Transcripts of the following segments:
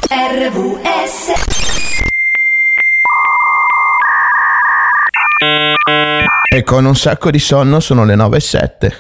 RVS. E con un sacco di sonno sono le 9:07.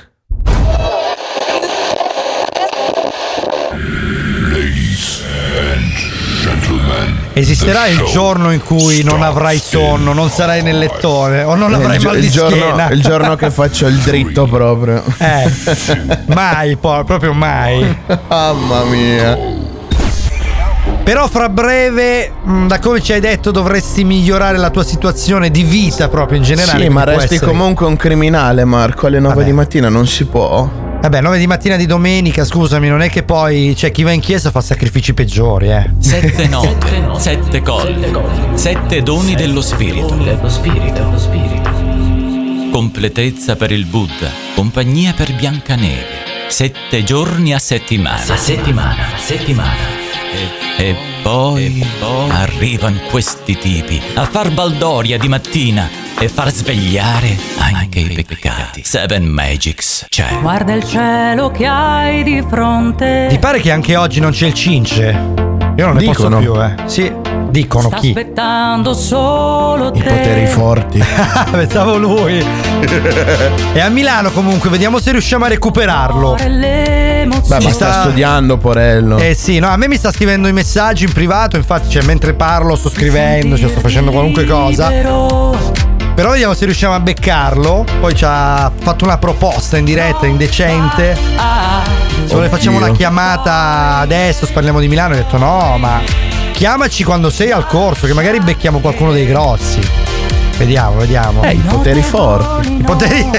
Esisterà il giorno in cui non avrai sonno, non sarai nel lettone o non avrai mal di schiena. Il giorno che faccio il dritto proprio. Mai, proprio mai. Mamma mia. Però fra breve, da come ci hai detto, dovresti migliorare la tua situazione di vita proprio in generale. Sì, ma resti comunque un criminale, Marco, alle 9 di mattina non si può. Vabbè, 9 di mattina di domenica, scusami, non è che poi c'è chi va in chiesa fa sacrifici peggiori, 7 note, 7 colle, 7 doni dello spirito. Completezza per il Buddha, compagnia per Biancaneve. 7 giorni a settimana. E poi arrivano questi tipi a far baldoria di mattina e far svegliare anche i peccati. 7 Magics c'è. Guarda il cielo che hai di fronte. Ti pare che anche oggi non c'è il cince? Io non ne posso più, Sì, dicono Sta chi? aspettando solo te. I poteri forti. Pensavo lui. E a Milano comunque, vediamo se riusciamo a recuperarlo. Beh, ma sta studiando, porello. Sì, no, a me mi sta scrivendo i messaggi in privato, infatti, mentre parlo sto scrivendo, sto facendo qualunque cosa. Però vediamo se riusciamo a beccarlo. Poi ci ha fatto una proposta in diretta indecente. Se le facciamo una chiamata adesso, parliamo di Milano, ho detto no, ma chiamaci quando sei al corso, che magari becchiamo qualcuno dei grossi. Vediamo. I poteri forti. I poteri.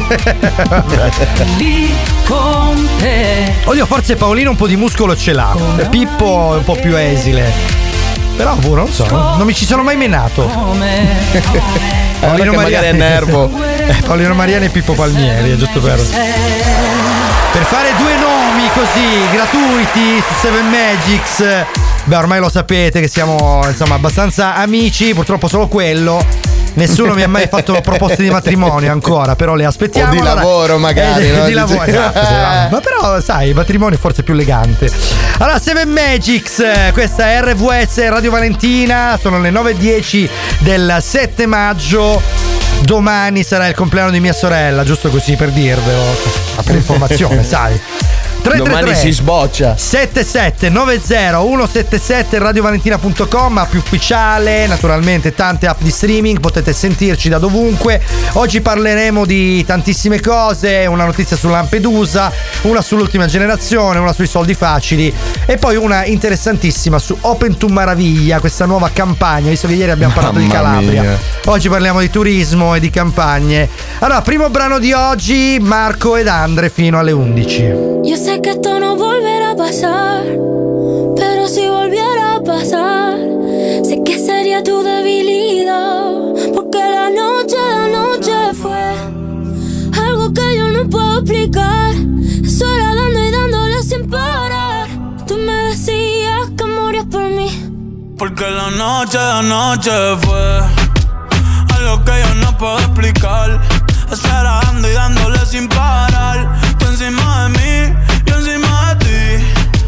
Lì con te. Oddio, forse Paolino un po' di muscolo ce l'ha. Pippo è un po' più esile. Però non so, non mi ci sono mai menato. Paolino Mariani è nervo. Paolino Mariani e Pippo Palmieri, è giusto per fare 2 nomi così gratuiti su 7 Magics. Beh, ormai lo sapete che siamo insomma abbastanza amici, purtroppo solo quello. Nessuno mi ha mai fatto proposte di matrimonio ancora, però le aspettiamo. O di lavoro magari, no? Di lavoro, esatto, ma però sai, il matrimonio è forse più elegante. Allora, 7 Magics, questa è RVS Radio Valentina, sono le 9:10 del 7 maggio. Domani sarà il compleanno di mia sorella, giusto così per dirvelo, ma per informazione, sai. 333 Domani si sboccia 7790 177 radiovalentina.com, app ufficiale, naturalmente tante app di streaming, potete sentirci da dovunque. Oggi parleremo di tantissime cose, una notizia su Lampedusa, una sull'ultima generazione, una sui soldi facili e poi una interessantissima su Open to Maraviglia, questa nuova campagna, visto che ieri abbiamo parlato di Calabria. Mia. Oggi parliamo di turismo e di campagne. Allora, primo brano di oggi, Marco ed Andre fino alle 11. Yo sé que esto no volverá a pasar, pero si volviera a pasar, sé que sería tu debilidad, porque la noche fue algo que yo no puedo explicar. Sola dando y dándole sin parar. Tú me decías que morías por mí, porque la noche fue algo que yo no puedo explicar. Estar dando y dándole sin parar. Tú encima de mí, yo encima de ti.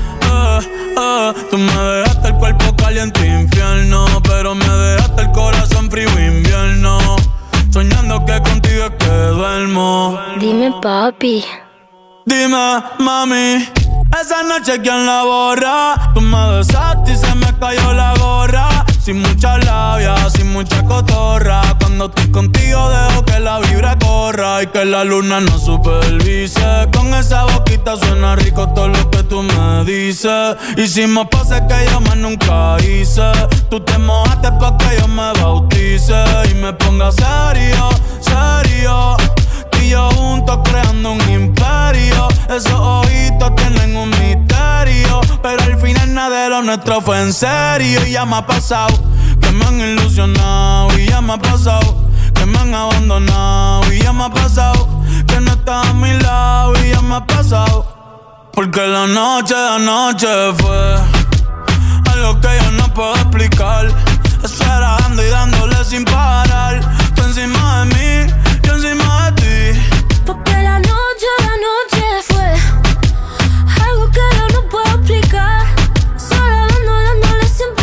Tú me dejaste el cuerpo caliente infierno, pero me dejaste el corazón frío invierno. Soñando que contigo es que duermo. Dime papi, dime mami, esa noche quién la borra. Tú me besaste y se me cayó la gorra. Sin mucha labia, sin mucha cotorra. Cuando estoy contigo dejo que la vibra corra y que la luna nos supervise. Con esa boquita suena rico todo lo que tú me dices. Hicimos poses que yo más nunca hice. Tú te mojaste pa' que yo me bautice y me ponga serio, serio. Y yo juntos creando un imperio. Esos ojitos tienen un misterio, pero al final nada de lo nuestro fue en serio. Y ya me ha pasado que me han ilusionado. Y ya me ha pasado que me han abandonado. Y ya me ha pasado que no estás a mi lado. Y ya me ha pasado porque la noche fue algo que yo no puedo explicar. Estar dando y dándole sin parar. Tú encima de mí, yo encima de ti. porque la noche fue algo que yo no puedo explicar. Sola dándole sin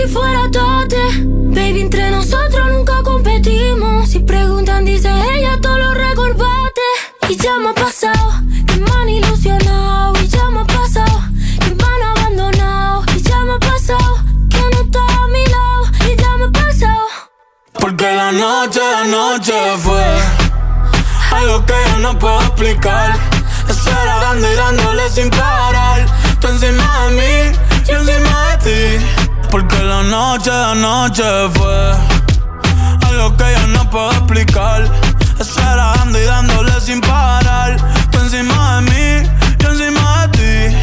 si fuera tote. Baby, entre nosotros nunca competimos. Si preguntan, dice ella, todo lo recordate. Y ya me ha pasado, que me han ilusionado. Y ya me ha pasado, que me han abandonado. Y ya me ha pasado, que no está a mi lado. Y ya me ha pasado. Porque la noche fue algo que yo no puedo explicar. Eso era dando y dándole sin parar. Tú encima de mí, yo encima de ti. Porque la noche fue algo que yo no puedo explicar. Eso era dando y dándole sin parar. Tú encima de mí, yo encima de ti.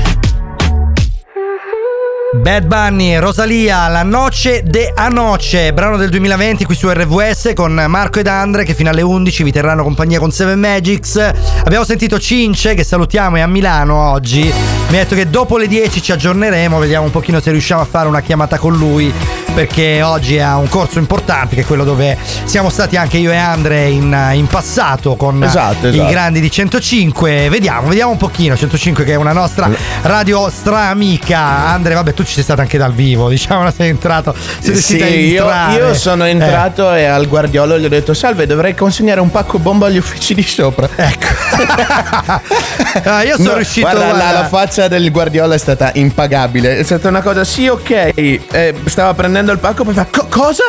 Bad Bunny e Rosalia, La Noche de Anoche, brano del 2020 qui su RVS con Marco ed Andre che fino alle 11 vi terranno compagnia con Seven Magics. Abbiamo sentito Cince, che salutiamo, è a Milano oggi. Mi ha detto che dopo le 10 ci aggiorneremo, vediamo un pochino se riusciamo a fare una chiamata con lui, perché oggi ha un corso importante che è quello dove siamo stati anche io e Andre in passato con i grandi di 105. Vediamo un pochino 105, che è una nostra radio stra-amica. Andre, vabbè, tu ci sei stato anche dal vivo, diciamo, sei entrato, io sono entrato e al Guardiola gli ho detto: salve, dovrei consegnare un pacco bomba agli uffici di sopra. Ecco. Io sono riuscito. Guarda, la faccia del Guardiola è stata impagabile. È stata una cosa, sì, ok, stava prendendo il pacco, poi fa cosa?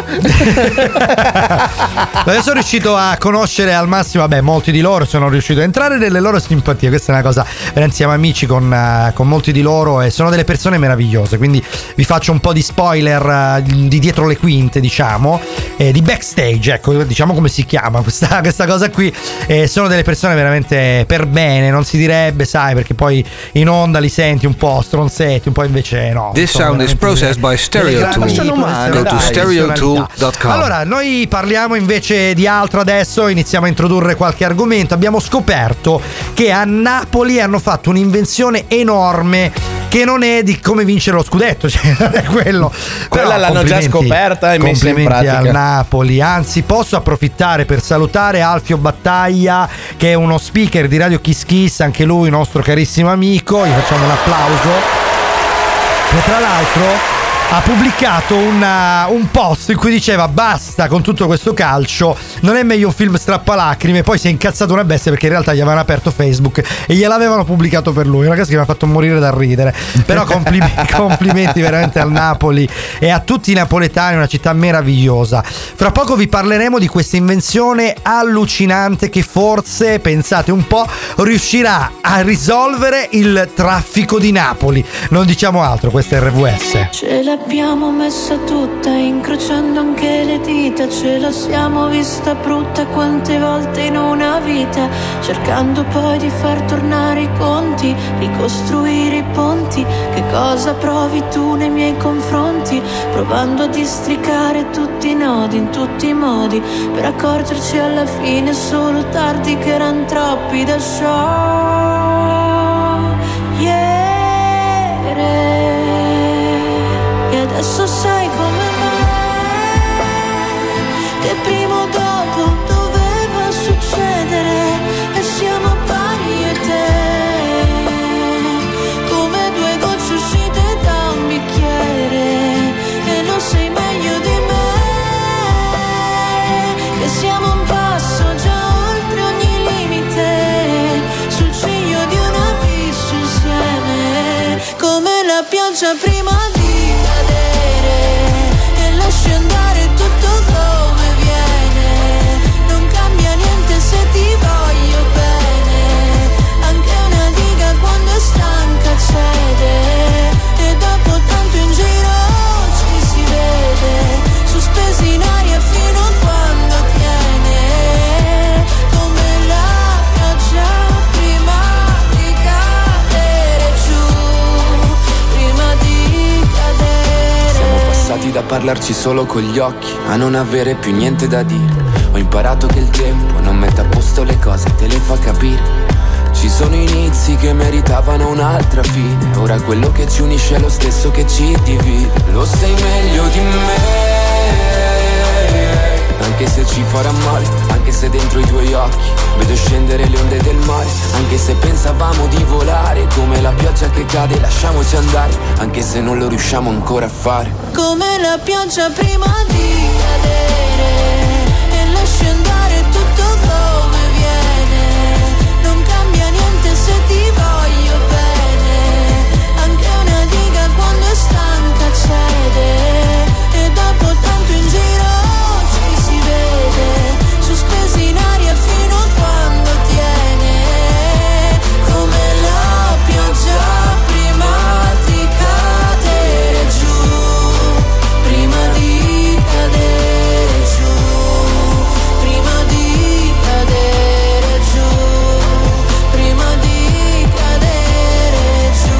Io sono riuscito a conoscere al massimo, vabbè, molti di loro, sono riuscito a entrare nelle loro simpatie. Questa è una cosa, siamo amici con molti di loro e sono delle persone meravigliose, quindi vi faccio un po' di spoiler di dietro le quinte, diciamo, di backstage, ecco, diciamo come si chiama questa cosa qui. Sono delle persone veramente per bene, non si direbbe, sai, perché poi in onda li senti un po' stronzetti, un po' invece no. This sound is processed by Stereotool. Go to stereotool.com. Allora, noi parliamo invece di altro adesso, iniziamo a introdurre qualche argomento. Abbiamo scoperto che a Napoli hanno fatto un'invenzione enorme, che non è di come vincere lo scudetto, cioè non è quello. Quella però l'hanno già scoperta e messa in pratica. Al Napoli. Anzi, posso approfittare per salutare Alfio Battaglia, che è uno speaker di Radio Kiss Kiss, anche lui nostro carissimo amico. Gli facciamo un applauso. E tra l'altro ha pubblicato un post in cui diceva: basta con tutto questo calcio, non è meglio un film strappalacrime. Poi si è incazzato una bestia perché in realtà gli avevano aperto Facebook e gliel'avevano pubblicato per lui. Una cosa che mi ha fatto morire da ridere. Però complimenti veramente al Napoli e a tutti i napoletani, una città meravigliosa. Fra poco vi parleremo di questa invenzione allucinante che forse, pensate un po', riuscirà a risolvere il traffico di Napoli. Non diciamo altro, questa è RVS. Ce l'abbiamo messa tutta, incrociando anche le dita. Ce la siamo vista brutta quante volte in una vita, cercando poi di far tornare i conti, ricostruire i ponti. Che cosa provi tu nei miei confronti, provando a districare tutti i nodi in tutti i modi, per accorgerci alla fine solo tardi che eran troppi da sciogliere. Adesso sai come mai, che prima o dopo doveva succedere, e siamo pari io e te, come due gocce uscite da un bicchiere, e non sei meglio di me, che siamo un passo già oltre ogni limite, sul ciglio di un abisso insieme, come la pioggia prima di andare tutto come viene, non cambia niente se ti voglio bene, anche una diga quando è stanca cede, e dopo tanto in giro ci si vede, sospesi in aria fino a quando tiene, come la pioggia prima di cadere giù, prima di cadere. Siamo passati da parlarci solo con gli occhi a non avere più niente da dire. Ho imparato che il tempo non mette a posto le cose, te le fa capire. Ci sono inizi che meritavano un'altra fine, ora quello che ci unisce è lo stesso che ci divide. Lo sai meglio di me, anche se ci farà male, anche se dentro i tuoi occhi vedo scendere le onde del mare, anche se pensavamo di volare come la pioggia che cade, lasciamoci andare, anche se non lo riusciamo ancora a fare. Come la pioggia prima di cadere e lasci andare tutto come viene, non cambia niente se ti voglio bene, anche una diga quando è stanca cede, e dopo tanto in giro ci si vede, sospesi in aria fino a quando tiene, come la pioggia prima di cadere giù, prima di cadere giù, prima di cadere giù, prima di cadere giù.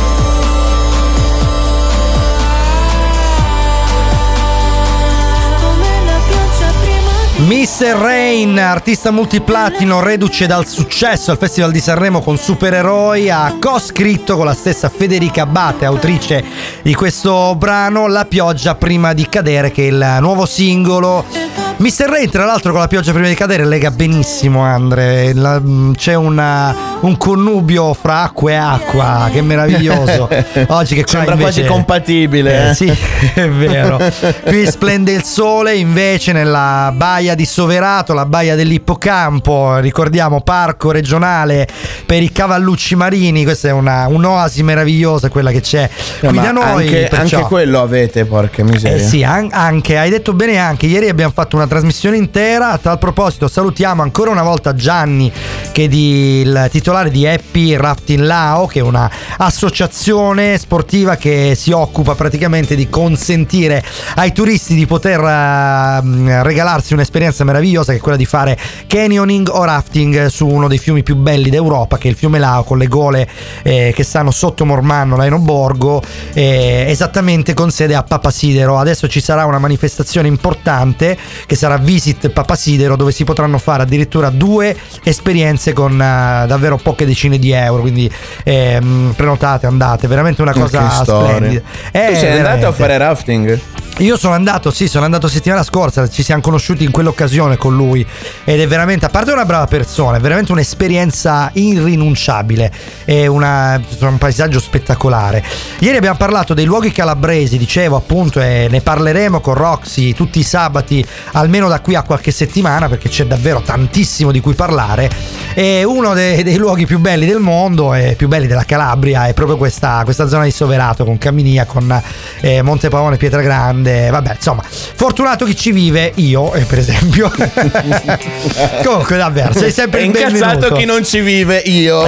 Come la pioggia prima di Mr. Rain, artista multiplatino, reduce dal successo al Festival di Sanremo con Supereroi, ha co-scritto con la stessa Federica Abate, autrice di questo brano, La pioggia prima di cadere, che è il nuovo singolo. Mr. Rain, tra l'altro, con La pioggia prima di cadere lega benissimo, Andre. C'è un connubio fra acqua e acqua che è meraviglioso. Oggi che qua sembra invece quasi compatibile. sì, è vero. Qui splende il sole, invece nella baia di Soverato, la baia dell'Ippocampo, ricordiamo, parco regionale per i cavallucci marini. Questa è un'oasi meravigliosa, quella che c'è qui da noi. Anche quello avete, porca miseria. Sì, anche, hai detto bene. Anche ieri abbiamo fatto una trasmissione intera. A tal proposito salutiamo ancora una volta Gianni, che è il titolare di Happy Rafting Lao, che è una associazione sportiva che si occupa praticamente di consentire ai turisti di poter regalarsi un'esperienza meravigliosa, che è quella di fare canyoning o rafting su uno dei fiumi più belli d'Europa, che è il fiume Lao, con le gole che stanno sotto Mormanno, Lainoborgo, esattamente con sede a Papasidero. Adesso ci sarà una manifestazione importante che sarà Visit Papasidero, dove si potranno fare addirittura 2 esperienze con davvero poche decine di euro, quindi prenotate, andate, veramente una cosa splendida. Tu sei andato a fare rafting? Io sono andato settimana scorsa, ci siamo conosciuti in quell'occasione con lui, ed è veramente, a parte una brava persona, è veramente un'esperienza irrinunciabile, è un paesaggio spettacolare. Ieri abbiamo parlato dei luoghi calabresi, dicevo appunto, e ne parleremo con Roxy tutti i sabati, almeno da qui a qualche settimana, perché c'è davvero tantissimo di cui parlare. E uno dei luoghi più belli del mondo e più belli della Calabria è proprio questa zona di Soverato, con Caminia, con Montepavone, Pietragrande. Vabbè, insomma, fortunato chi ci vive, io per esempio. Comunque davvero, sei sempre incazzato chi non ci vive, io.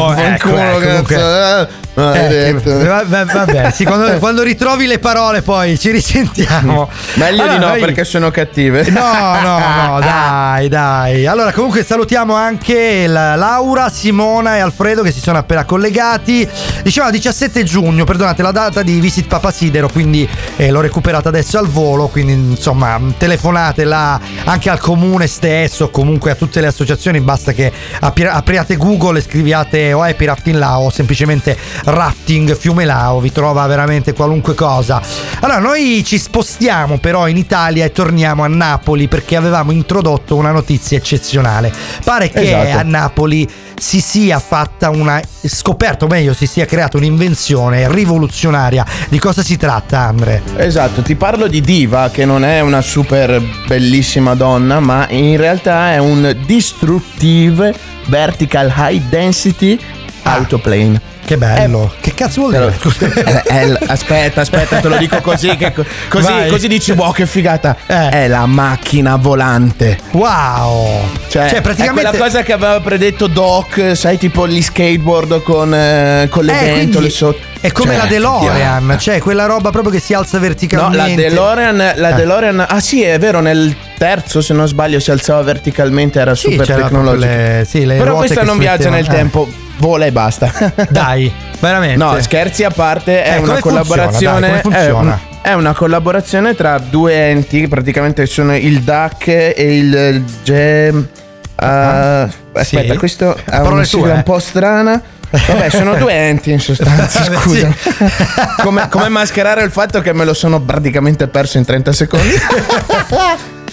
Vabbè, sì, quando ritrovi le parole poi ci risentiamo. Meglio di no, perché sono cattive. No, dai. Allora, comunque salutiamo anche Laura, Simona e Alfredo, che si sono appena collegati. Dicevamo 17 giugno, perdonate, la data di Visit Papasidero, quindi l'ho recuperata adesso al volo, quindi insomma telefonate là anche al comune stesso, comunque a tutte le associazioni, basta che apriate Google e scriviate o Happy Rafting Lao o semplicemente Rafting Fiume Lao, vi trova veramente qualunque cosa. Allora, noi ci spostiamo però in Italia e torniamo a Napoli, perché avevamo introdotto una notizia eccezionale. Pare che a Napoli si sia fatta si sia creata un'invenzione rivoluzionaria. Di cosa si tratta, Andre? Esatto, ti parlo di Diva, che non è una super bellissima donna, ma in realtà è un Destructive Vertical High Density Autoplane. Che bello. Che cazzo vuol dire? Aspetta, te lo dico così, così dici, wow, che figata. È la macchina volante. Wow. Cioè praticamente è quella cosa che aveva predetto Doc, sai, tipo gli skateboard con le ventole sotto. È come la DeLorean, cioè quella roba proprio che si alza verticalmente. No, la DeLorean, ah sì, è vero, nel terzo, se non sbaglio, si alzava verticalmente, era super tecnologico. Però questa non viaggia nel tempo, vola e basta. Dai, veramente. No, scherzi a parte, è una collaborazione. Funziona? È una collaborazione tra 2 enti, praticamente sono il DAC e il GEM. Aspetta, questo ha una sigla un po' strana. Vabbè, sono 2 enti in sostanza, scusa. Come mascherare il fatto che me lo sono praticamente perso in 30 secondi.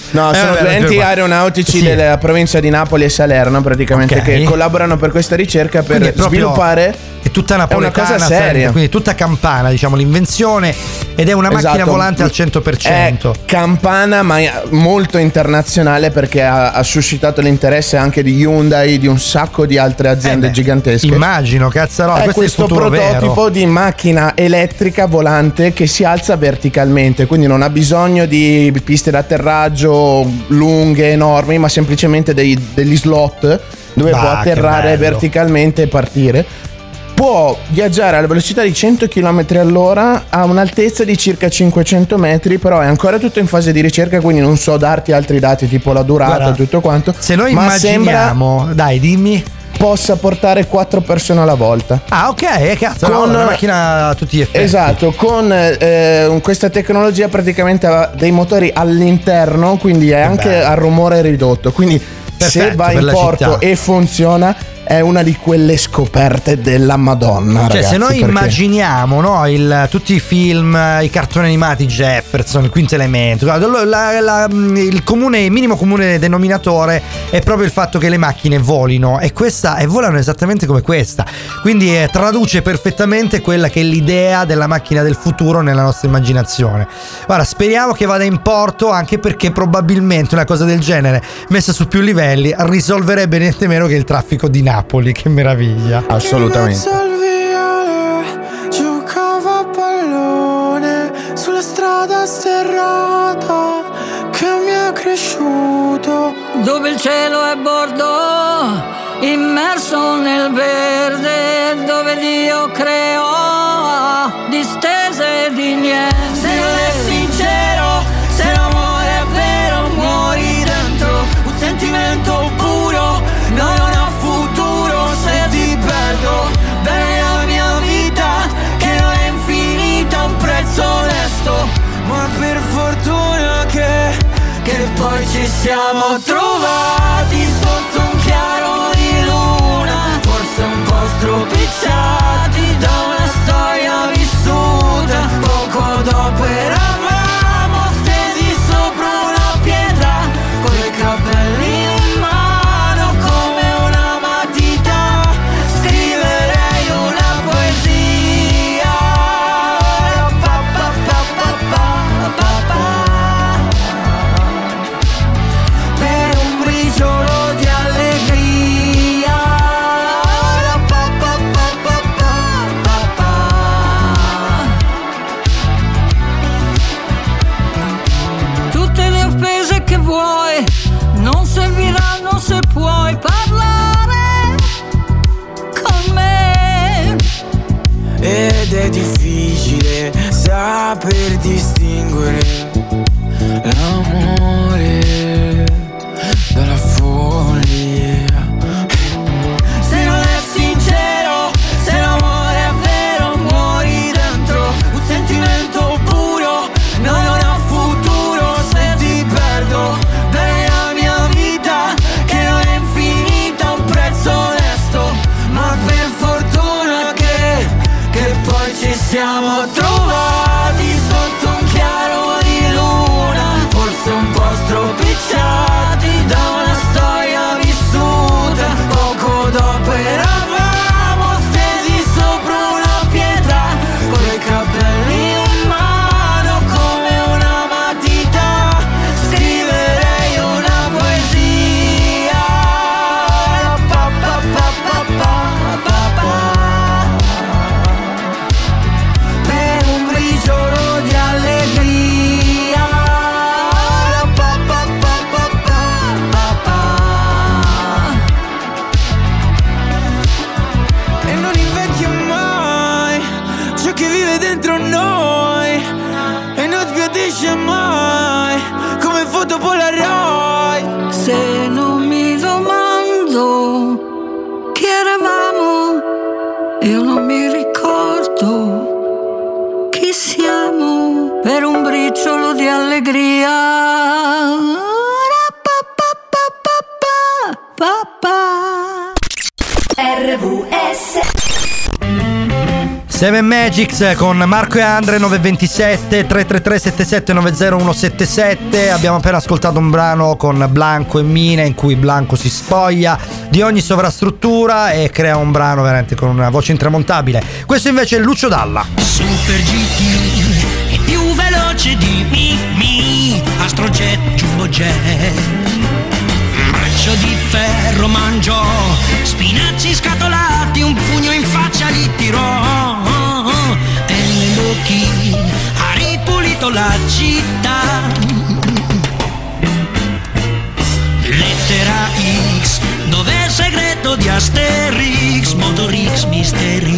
No, sono due enti aeronautici della provincia di Napoli e Salerno praticamente che collaborano per questa ricerca per sviluppare. È tutta napoletana, è una cosa seria, quindi tutta campana, diciamo, l'invenzione, ed è una macchina volante al 100%. È campana, ma molto internazionale, perché ha suscitato l'interesse anche di Hyundai, di un sacco di altre aziende gigantesche. Immagino, cazzarò. È questo prototipo di macchina elettrica volante che si alza verticalmente, quindi non ha bisogno di piste d'atterraggio lunghe, enormi, ma semplicemente degli slot dove può atterrare verticalmente e partire. Può viaggiare alla velocità di 100 km all'ora a un'altezza di circa 500 metri, però è ancora tutto in fase di ricerca, quindi non so darti altri dati tipo la durata e tutto quanto. Se noi immaginiamo, dai, dimmi, possa portare 4 persone alla volta. Ah, ok, cazzo, con una macchina a tutti gli effetti. Esatto, con questa tecnologia praticamente ha dei motori all'interno, quindi è anche a rumore ridotto, quindi se va in porto e funziona è una di quelle scoperte della Madonna, cioè, ragazzi, se noi immaginiamo, no, tutti i film, i cartoni animati, Jefferson, il Quinto Elemento, il minimo comune denominatore è proprio il fatto che le macchine volino, e volano esattamente come questa, quindi traduce perfettamente quella che è l'idea della macchina del futuro nella nostra immaginazione. Ora speriamo che vada in porto, anche perché probabilmente una cosa del genere messa su più livelli risolverebbe niente meno che il traffico di Napoli. Che meraviglia. Assolutamente. Giocavo a pallone sulla strada sterrata che mi è cresciuto, dove il cielo è bordo immerso nel verde, dove Dio creò distese di niente. Se non è sincero, se l'amore è vero, muori dentro un sentimento puro. No, non ho futuro se ti perdo. Bene la mia vita che non è infinita, un prezzo onesto, ma per fortuna che poi ci siamo trovati sotto un chiaro di luna, forse un po' stropicciati da una storia vissuta. Poco dopo eravamo stesi sopra una pietra, con i capelli in mano come una matita. Scriverei una poesia, pa, pa, pa, pa, pa, pa, pa, per un briciolo di allegria, pa, pa, pa, pa, pa, pa, pa. Tutte le offese che vuoi non serviranno se puoi parlare con me. Ed è difficile saper distinguere l'amore dalla follia. Se non è sincero, se l'amore è vero, muori dentro un sentimento puro. No, non ho futuro se ti perdo. Bene la mia vita che non è infinita, un prezzo onesto, ma per fortuna che poi ci siamo trovati sotto un chiaro di luna, forse un po' stropicciati da una storia vissuta. Poco dopo eravamo stesi sopra una pietra, con i capelli in mano come una matita. Scriverei una poesia, pa, pa, pa, pa, pa, pa, pa, per un briciolo di allegria, pa, pa, pa, pa, pa, pa. E non invecchia mai ciò che vive dentro noi, e non sbiadisce mai come foto Polaroid. Se non mi domando chi eravamo, io non mi ricordo chi siamo, per un briciolo di allegria. RVS. Seven Magics con Marco e Andre, 927 333 7790177. Abbiamo appena ascoltato un brano con Blanco e Mina in cui Blanco si spoglia di ogni sovrastruttura e crea un brano veramente con una voce intramontabile. Questo invece è Lucio Dalla. Super GT è più veloce di Mi, Astrojet, Jumbo Jet, braccio di ferro mangiò, spinaci scatolati, un pugno in faccia li tirò, e negli occhi ha ripulito la città. Lettera X, dove è il segreto di Asterix, Motor X, Misteri.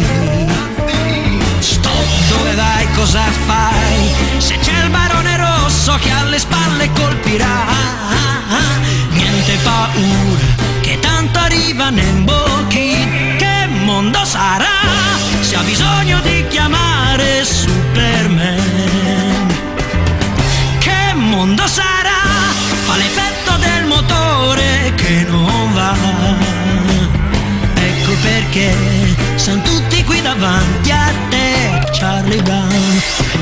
Stop, dove vai, cosa fai? Se c'è il barone rosso che alle spalle colpirà, niente paura, che tanto arriva Nembochi. Che mondo sarà se ha bisogno di chiamare Superman? Che mondo sarà? Fa l'effetto del motore che non va. Ecco perché sono tutti qui davanti a te, Charlie Brown.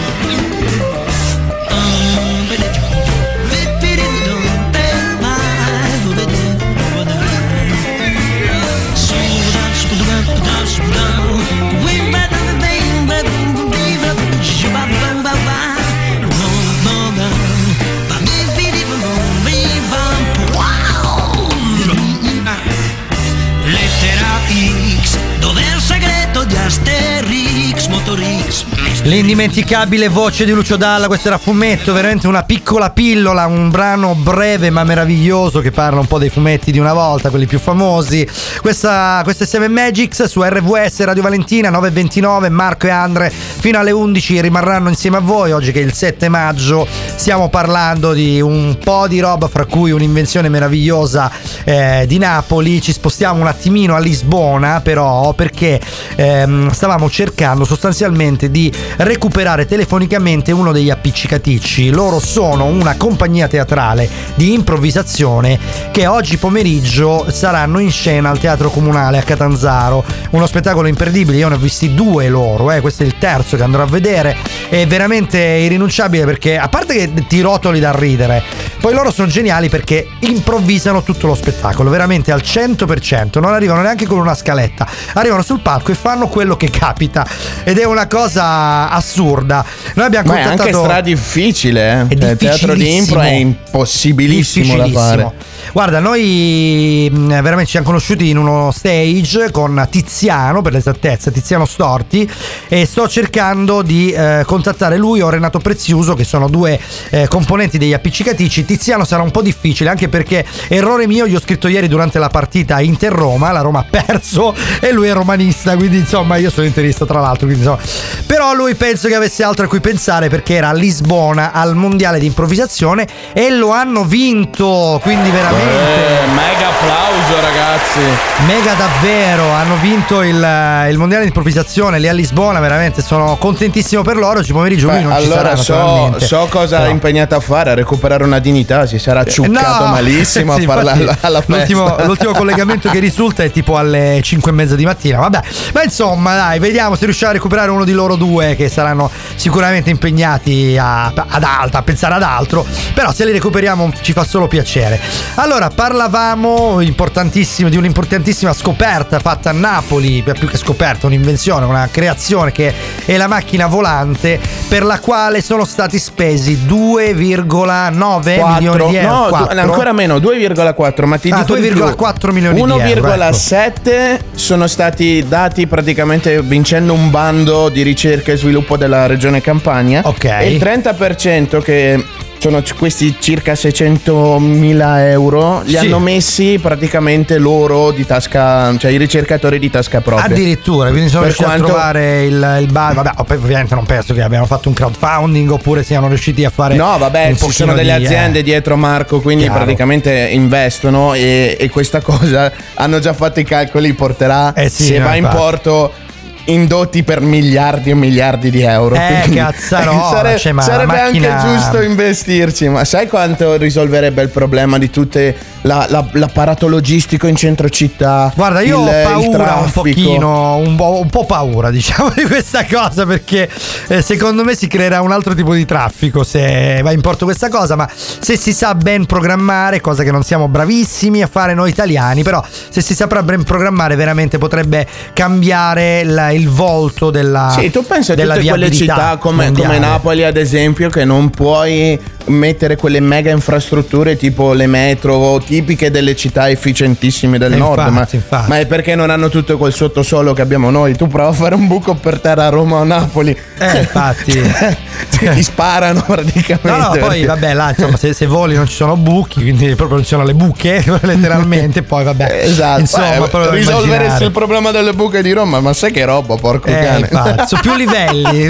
L'indimenticabile voce di Lucio Dalla, questo era Fumetto, veramente una piccola pillola, un brano breve ma meraviglioso che parla un po' dei fumetti di una volta, quelli più famosi. Questa è Seven Magics su RVS Radio Valentina, 9:29, Marco e Andre fino alle 11 rimarranno insieme a voi. Oggi che è il 7 maggio stiamo parlando di un po' di roba, fra cui un'invenzione meravigliosa di Napoli. Ci spostiamo un attimino a Lisbona però, perché stavamo cercando sostanzialmente di recuperare telefonicamente uno degli appiccicaticci. Loro sono una compagnia teatrale di improvvisazione che oggi pomeriggio saranno in scena al Teatro Comunale a Catanzaro, uno spettacolo imperdibile. Io ne ho visti 2 loro, questo è il terzo che andrò a vedere, è veramente irrinunciabile perché a parte che ti rotoli da ridere, poi loro sono geniali perché improvvisano tutto lo spettacolo veramente al 100%, non arrivano neanche con una scaletta, arrivano sul palco e fanno quello che capita ed è una cosa assurda. Noi abbiamo contattato... è anche stra difficile, il teatro di impro è impossibilissimo da fare. Guarda, noi veramente ci siamo conosciuti in uno stage con Tiziano, per l'esattezza, Tiziano Storti, e sto cercando di contattare lui o Renato Preziuso, che sono 2 componenti degli Appiccicatici. Tiziano sarà un po' difficile, anche perché errore mio, gli ho scritto ieri durante la partita Inter-Roma, la Roma ha perso e lui è romanista, quindi insomma io sono interista tra l'altro, quindi insomma, però lui penso che avesse altro a cui pensare perché era a Lisbona al mondiale di improvvisazione e lo hanno vinto, quindi veramente mega applauso ragazzi, mega davvero, hanno vinto il mondiale di improvvisazione lì a Lisbona, veramente sono contentissimo per loro. Oggi pomeriggio lui non allora ci sarà, so cosa è impegnato a fare, a recuperare una dignità, si sarà ciuccato malissimo sì, a farla alla festa. L'ultimo collegamento che risulta è tipo alle 5:30 di mattina, vabbè, ma insomma dai, vediamo se riusciamo a recuperare uno di loro 2 che saranno sicuramente impegnati a pensare ad altro, però se li recuperiamo ci fa solo piacere. Allora, parlavamo di un'importantissima scoperta fatta a Napoli, più che scoperta, un'invenzione, una creazione che è la macchina volante, per la quale sono stati spesi 2,9 milioni di euro. No, ancora meno, 2,4, ma ti dico 2,4 milioni di euro. 1,7 sono stati dati praticamente vincendo un bando di ricerca e sviluppo della regione Campania. Ok. E il 30% che sono questi circa 600.000 euro li hanno messi praticamente loro di tasca, cioè i ricercatori di tasca propria. Addirittura, quindi sono riusciti a trovare il bando. Vabbè, ovviamente non penso che abbiano fatto un crowdfunding oppure siano riusciti a fare. No, vabbè, ci sono delle aziende dietro, Marco, quindi chiaro, praticamente investono e questa cosa hanno già fatto i calcoli, porterà, sì, se va in porto, indotti per miliardi e miliardi di euro. Cazzarola, sarebbe anche giusto investirci. Ma sai quanto risolverebbe il problema di tutte l'apparato logistico in centro città? Guarda, io ho paura un pochino, un po' paura, diciamo, di questa cosa, perché secondo me si creerà un altro tipo di traffico se va in porto questa cosa. Ma se si sa ben programmare, cosa che non siamo bravissimi a fare noi italiani, però se si saprà ben programmare veramente potrebbe cambiare il volto della Sì, tu pensi a tutte quelle città come Napoli, ad esempio, che non puoi mettere quelle mega infrastrutture tipo le metro tipiche delle città efficientissime del nord, infatti. Ma è perché non hanno tutto quel sottosuolo che abbiamo noi. Tu prova a fare un buco per terra a Roma o Napoli, infatti ti sparano praticamente. No, poi vabbè, là insomma se voli non ci sono buchi, quindi proprio non ci sono le buche letteralmente. Poi vabbè, esatto, insomma, risolveresti il problema delle buche di Roma, ma sai che roba, porco cane. Infatti, su più livelli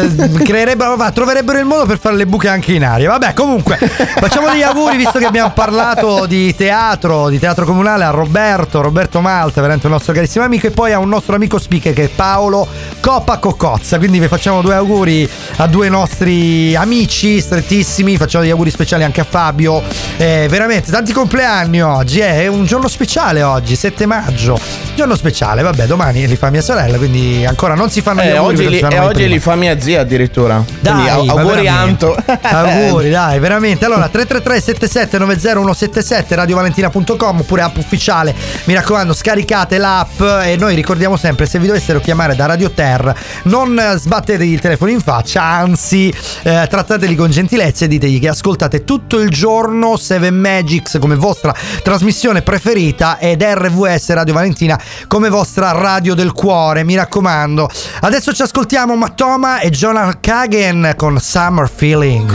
troverebbero il modo per fare le buche anche in aria. Vabbè, comunque facciamo degli auguri, visto che abbiamo parlato di teatro comunale, a Roberto Malta, veramente un nostro carissimo amico, e poi a un nostro amico speaker che è Paolo Copa Cocozza. Quindi vi facciamo 2 auguri a 2 nostri amici strettissimi. Facciamo degli auguri speciali anche a Fabio, veramente tanti compleanni oggi, è un giorno speciale oggi, 7 maggio, giorno speciale. Vabbè, domani li fa mia sorella, quindi ancora non si fanno gli auguri. Oggi li fa mia zia addirittura. Dai, auguri Anto. Auguri, dai, veramente. Allora 333 77 90 177 radiovalentina.com oppure app ufficiale. Mi raccomando, scaricate l'app. E noi ricordiamo sempre, se vi dovessero chiamare da Radio Ter, non sbattetegli il telefono in faccia, anzi trattateli con gentilezza e ditegli che ascoltate tutto il giorno 7 Magics come vostra trasmissione preferita ed RVS Radio Valentina come vostra radio del cuore. Mi raccomando. Adesso ci ascoltiamo Matoma e Jonah Kagan con Summer Feeling.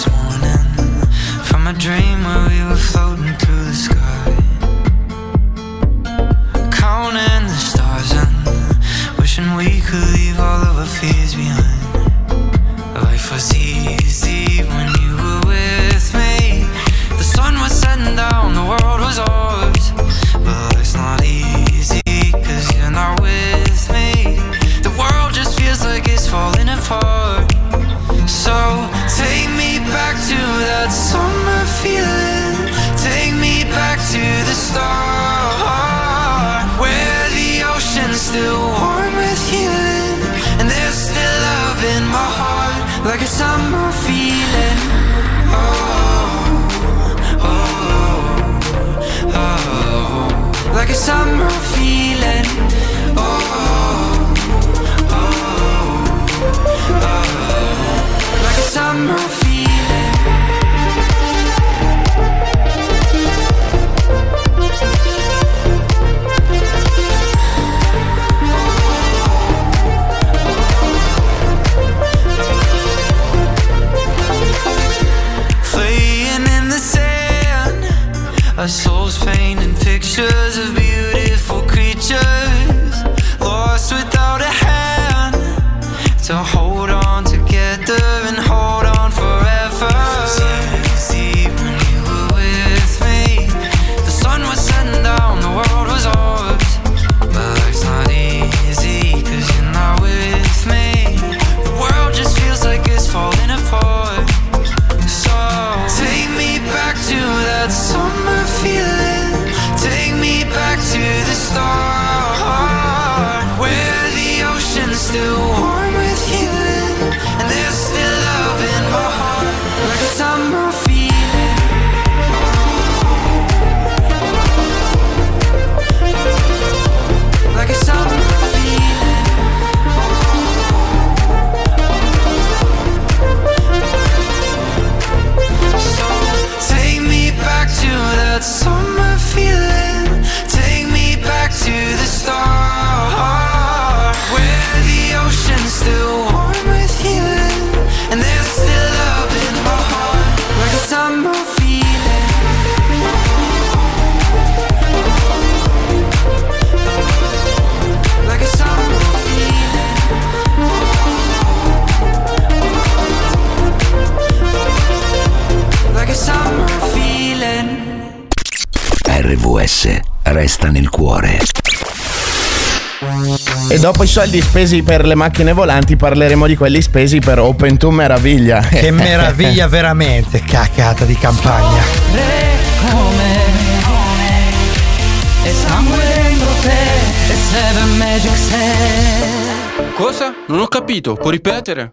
From a dream where we were floating through the sky, counting the stars and wishing we could leave all of our fears behind. Life was easy when you were with me. The sun was setting down, the world was ours. But life's not easy 'cause you're not with me. The world just feels like it's falling apart. So take me back to that summer feeling. Take me back to the start, where the ocean's still warm with healing, and there's still love in my heart, like a summer feeling. Oh, oh, oh, like a summer feeling. Oh, oh, oh, like a summer feeling. Our souls painting pictures of beautiful creatures, lost without a hand to hold on together and hold on forever. It was easy when you were with me. The sun was setting down, the world was ours. But life's not easy 'cause you're not with me. The world just feels like it's falling apart. So take me back to that summer feeling. Take me back to the start, where the ocean's still warm with healing, and there's still love in my heart, like a summer feeling. Like a summer feeling. So take me back to that summer feeling. Take me back to the start, where the ocean's still warm with healing, and there's still love in my heart, like a summer feeling. Like a summer feeling. Like a summer feeling. RVS resta nel cuore. E dopo i soldi spesi per le macchine volanti parleremo di quelli spesi per Open to Meraviglia. Che meraviglia veramente, cacata di campagna. Come e sangue dentro te e Seven Magics è. Cosa? Non ho capito, può ripetere?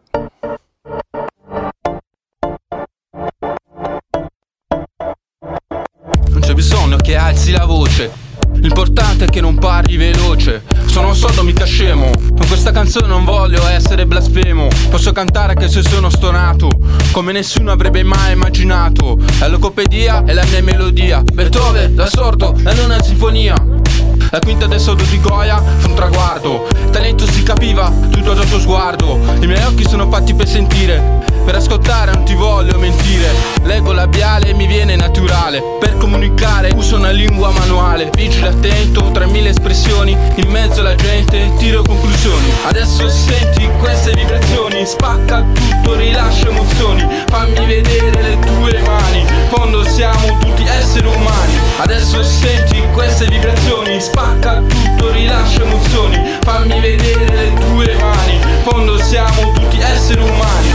Non c'è bisogno che alzi la voce, l'importante è che non parli veloce. Sono sordo mica scemo, con questa canzone non voglio essere blasfemo. Posso cantare anche se sono stonato, come nessuno avrebbe mai immaginato. La logopedia è la mia melodia, Beethoven da sordo è una sinfonia. La quinta del sordo di Goya fu un traguardo, il talento si capiva tutto dal tuo sguardo. I miei occhi sono fatti per sentire, per ascoltare non ti voglio mentire. Leggo labiale e mi viene naturale, per comunicare uso una lingua manuale. Vigile attento, 3000 espressioni, in mezzo alla gente tiro conclusioni. Adesso senti queste vibrazioni, spacca tutto, rilascia emozioni. Fammi vedere le tue mani, in fondo siamo tutti esseri umani. Adesso senti queste vibrazioni, spacca tutto, rilascia emozioni. Fammi vedere le tue mani, in fondo siamo tutti esseri umani.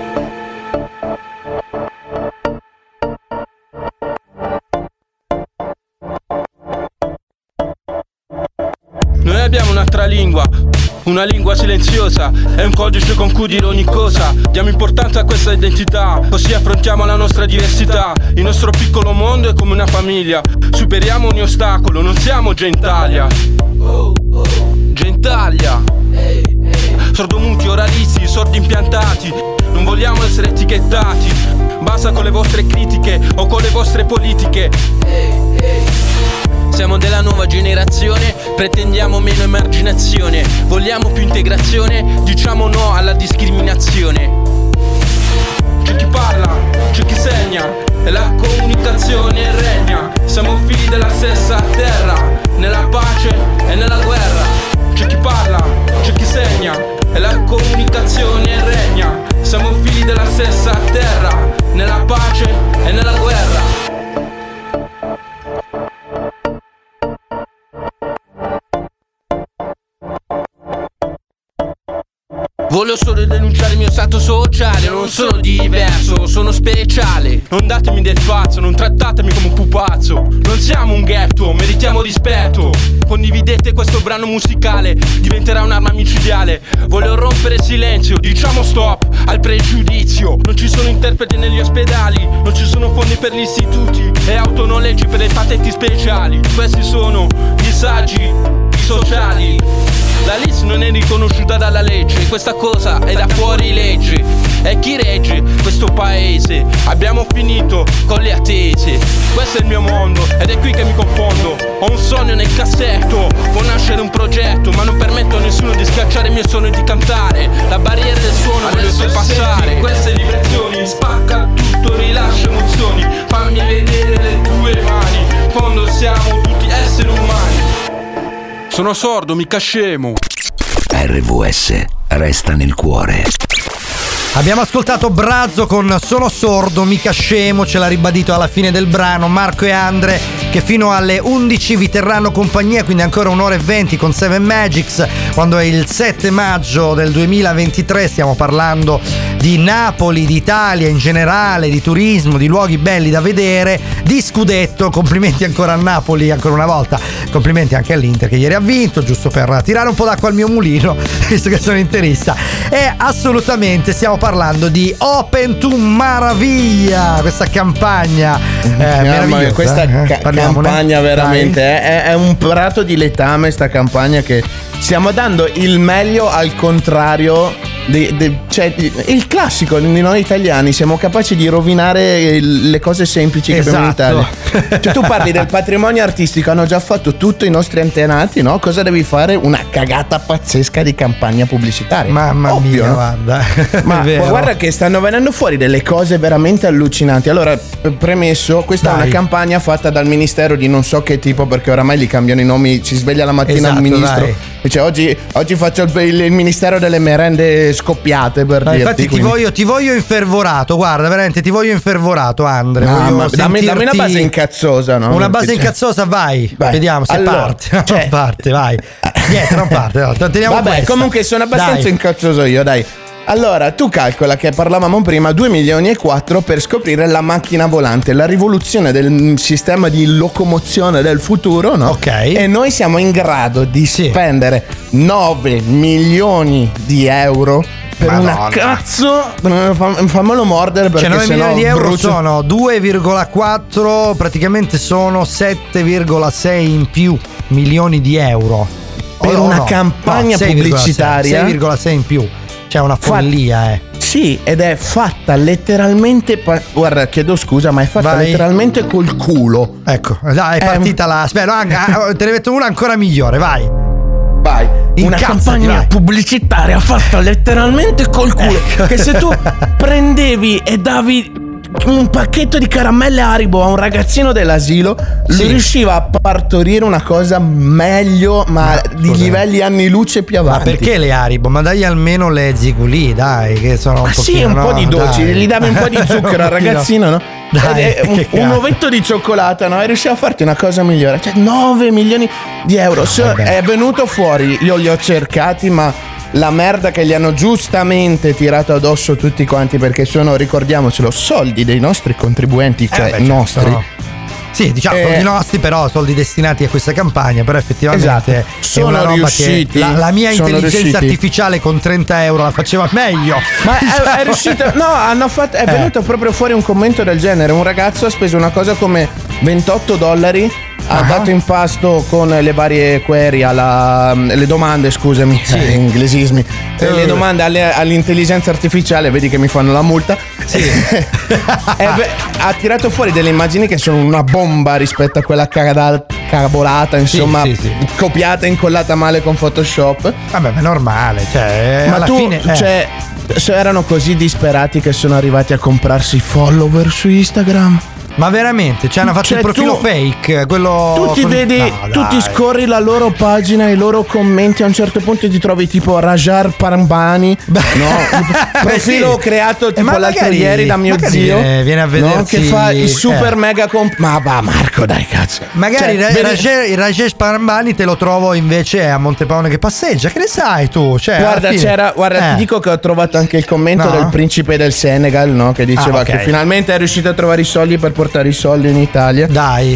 Noi abbiamo un'altra lingua, una lingua silenziosa, è un codice con cui dire ogni cosa. Diamo importanza a questa identità, così affrontiamo la nostra diversità. Il nostro piccolo mondo è come una famiglia, superiamo ogni ostacolo, non siamo Gentaglia. Gentaglia. Sordomuti, oralisti, sordi impiantati, non vogliamo essere etichettati. Basta con le vostre critiche o con le vostre politiche. Siamo della nuova generazione, pretendiamo meno emarginazione. Vogliamo più integrazione, diciamo no alla discriminazione. C'è chi parla, c'è chi segna, e la comunicazione regna. Siamo figli della stessa terra, nella pace e nella guerra. C'è chi parla, c'è chi segna, e la comunicazione regna. Siamo figli della stessa terra, nella pace e nella guerra. Voglio solo denunciare il mio stato sociale, non sono diverso, sono speciale. Non datemi del pazzo, non trattatemi come un pupazzo. Non siamo un ghetto, meritiamo rispetto. Condividete questo brano musicale, diventerà un'arma micidiale. Voglio rompere il silenzio, diciamo stop al pregiudizio. Non ci sono interpreti negli ospedali, non ci sono fondi per gli istituti e autonoleggi per le patenti speciali. Questi sono disagi sociali. La LIS non è riconosciuta dalla legge, questa cosa è da fuori legge. E chi regge questo paese? Abbiamo finito con le attese. Questo è il mio mondo ed è qui che mi confondo. Ho un sogno nel cassetto, può nascere un progetto, ma non permetto a nessuno di schiacciare il mio sogno di cantare. La barriera del suono voglio passare. Queste vibrazioni, spacca tutto, rilascia emozioni. Fammi vedere le tue mani, in fondo siamo tutti esseri umani. Sono sordo, mica scemo. RVS resta nel cuore. Abbiamo ascoltato Brazzo con Sono sordo, mica scemo, ce l'ha ribadito alla fine del brano Marco e Andre, che fino alle 11 vi terranno compagnia, quindi ancora un'ora e 20 con Seven Magics, quando è il 7 maggio del 2023. Stiamo parlando di Napoli, di Italia in generale, di turismo, di luoghi belli da vedere, di scudetto. Complimenti ancora a Napoli, ancora una volta. Complimenti anche all'Inter che ieri ha vinto, giusto per tirare un po' d'acqua al mio mulino, visto che sono interista. E assolutamente stiamo parlando di Open to Meraviglia, questa campagna meravigliosa. Questa campagna veramente è un prato di letame, sta campagna, che stiamo dando il meglio al contrario. Cioè, il classico di noi italiani, siamo capaci di rovinare le cose semplici che abbiamo in Italia. Cioè, tu parli del patrimonio artistico, hanno già fatto tutto i nostri antenati, no? Cosa devi fare? Una cagata pazzesca di campagna pubblicitaria. Mamma mia, no? Guarda. Ma guarda che stanno venendo fuori delle cose veramente allucinanti. Allora, premesso, questa è una campagna fatta dal ministero di non so che tipo, perché oramai gli cambiano i nomi. Si sveglia la mattina il ministro, dice oggi faccio il ministero delle merende scoppiate, per dirti. Infatti ti voglio infervorato, guarda, veramente ti voglio infervorato, Andre. Dammi una base incazzosa, no? Una base incazzosa, vai. Vediamo se parte. Parte, vai. Niente, non parte. No, teniamo vabbè, questa. comunque sono abbastanza incazzoso io, dai. Allora, tu calcola che parlavamo prima 2,4 milioni per scoprire la macchina volante, la rivoluzione del sistema di locomozione del futuro, no? Ok. E noi siamo in grado di spendere 9 milioni di euro per una cazzo. Fammelo mordere perché 9 milioni di euro brucio. sono 2,4, praticamente sono 7,6 in più milioni di euro. Per una campagna pubblicitaria 6,6 in più. C'è una follia, Sì, ed è fatta letteralmente. Guarda, chiedo scusa, ma è fatta letteralmente col culo. Ecco, dai, è partita la. Aspetta, te ne metto una ancora migliore, vai. Una campagna pubblicitaria fatta letteralmente col culo. Che se tu prendevi e davi un pacchetto di caramelle Haribo a un ragazzino dell'asilo, lui riusciva a partorire una cosa meglio, ma di livelli anni luce più avanti. Ma perché le Haribo? Ma dagli almeno le Ziguli, dai, che sono un pochino, un po' di dolci, gli davi un po' di zucchero al ragazzino, no? Dai, un ovetto di cioccolata, no? E riusciva a farti una cosa migliore. Cioè 9 milioni di euro. È venuto fuori, io li ho cercati, ma la merda che gli hanno giustamente tirato addosso tutti quanti, perché sono, ricordiamocelo, soldi dei nostri contribuenti, cioè nostri. No. Sì, diciamo soldi nostri, però soldi destinati a questa campagna, però effettivamente sono è una roba riusciti. Che la mia intelligenza artificiale con 30 euro la faceva meglio. Ma è riuscito. No, è venuto proprio fuori un commento del genere. Un ragazzo ha speso una cosa come $28, ha dato in pasto con le varie query le domande, scusami, inglesismi, le domande all'intelligenza artificiale, vedi che mi fanno la multa. Ha tirato fuori delle immagini che sono una bomba rispetto a quella carabolata, insomma, copiata e incollata male con Photoshop. Vabbè, ma è normale, cioè, ma alla tu, fine, erano così disperati che sono arrivati a comprarsi follower su Instagram. Ma veramente? Cioè hanno fatto il profilo fake, quello. Tu ti vedi, tu ti scorri la loro pagina, i loro commenti, a un certo punto ti trovi tipo Rajar Parambani, profilo creato tipo l'altro ieri da mio zio, viene a vedersi, che fa il super mega ma va Marco, dai cazzo. Magari il Rajesh Parambani te lo trovo invece a Montepaone che passeggia, che ne sai tu? Cioè, guarda, ti dico che ho trovato anche il commento del principe del Senegal, no? Che diceva che finalmente è riuscito a trovare i soldi per portare i soldi in Italia. Dai.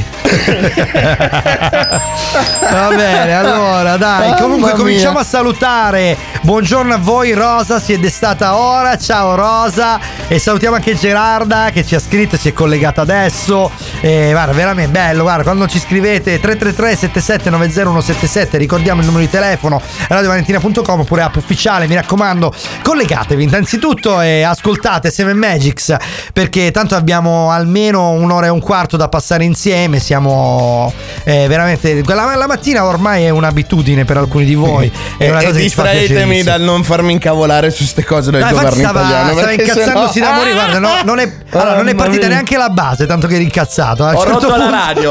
Va bene, allora dai. Comunque cominciamo a salutare. Buongiorno a voi, Rosa si è destata ora. Ciao Rosa. E salutiamo anche Gerarda che ci ha scritto, si è collegata adesso. Guarda, veramente bello. Guarda, quando ci scrivete 333 7790 177, ricordiamo il numero di telefono, radiovalentina.com oppure app ufficiale. Mi raccomando, collegatevi innanzitutto e ascoltate Seven Magics, perché tanto abbiamo almeno un'ora e un quarto da passare insieme. Siamo veramente la mattina ormai è un'abitudine per alcuni di voi. È una cosa che distraetemi dal non farmi incavolare su ste cose del governo italiano. Stava incazzandosi da morire. Guarda, non è partita neanche la base, tanto che eri incazzato. Ho rotto la radio.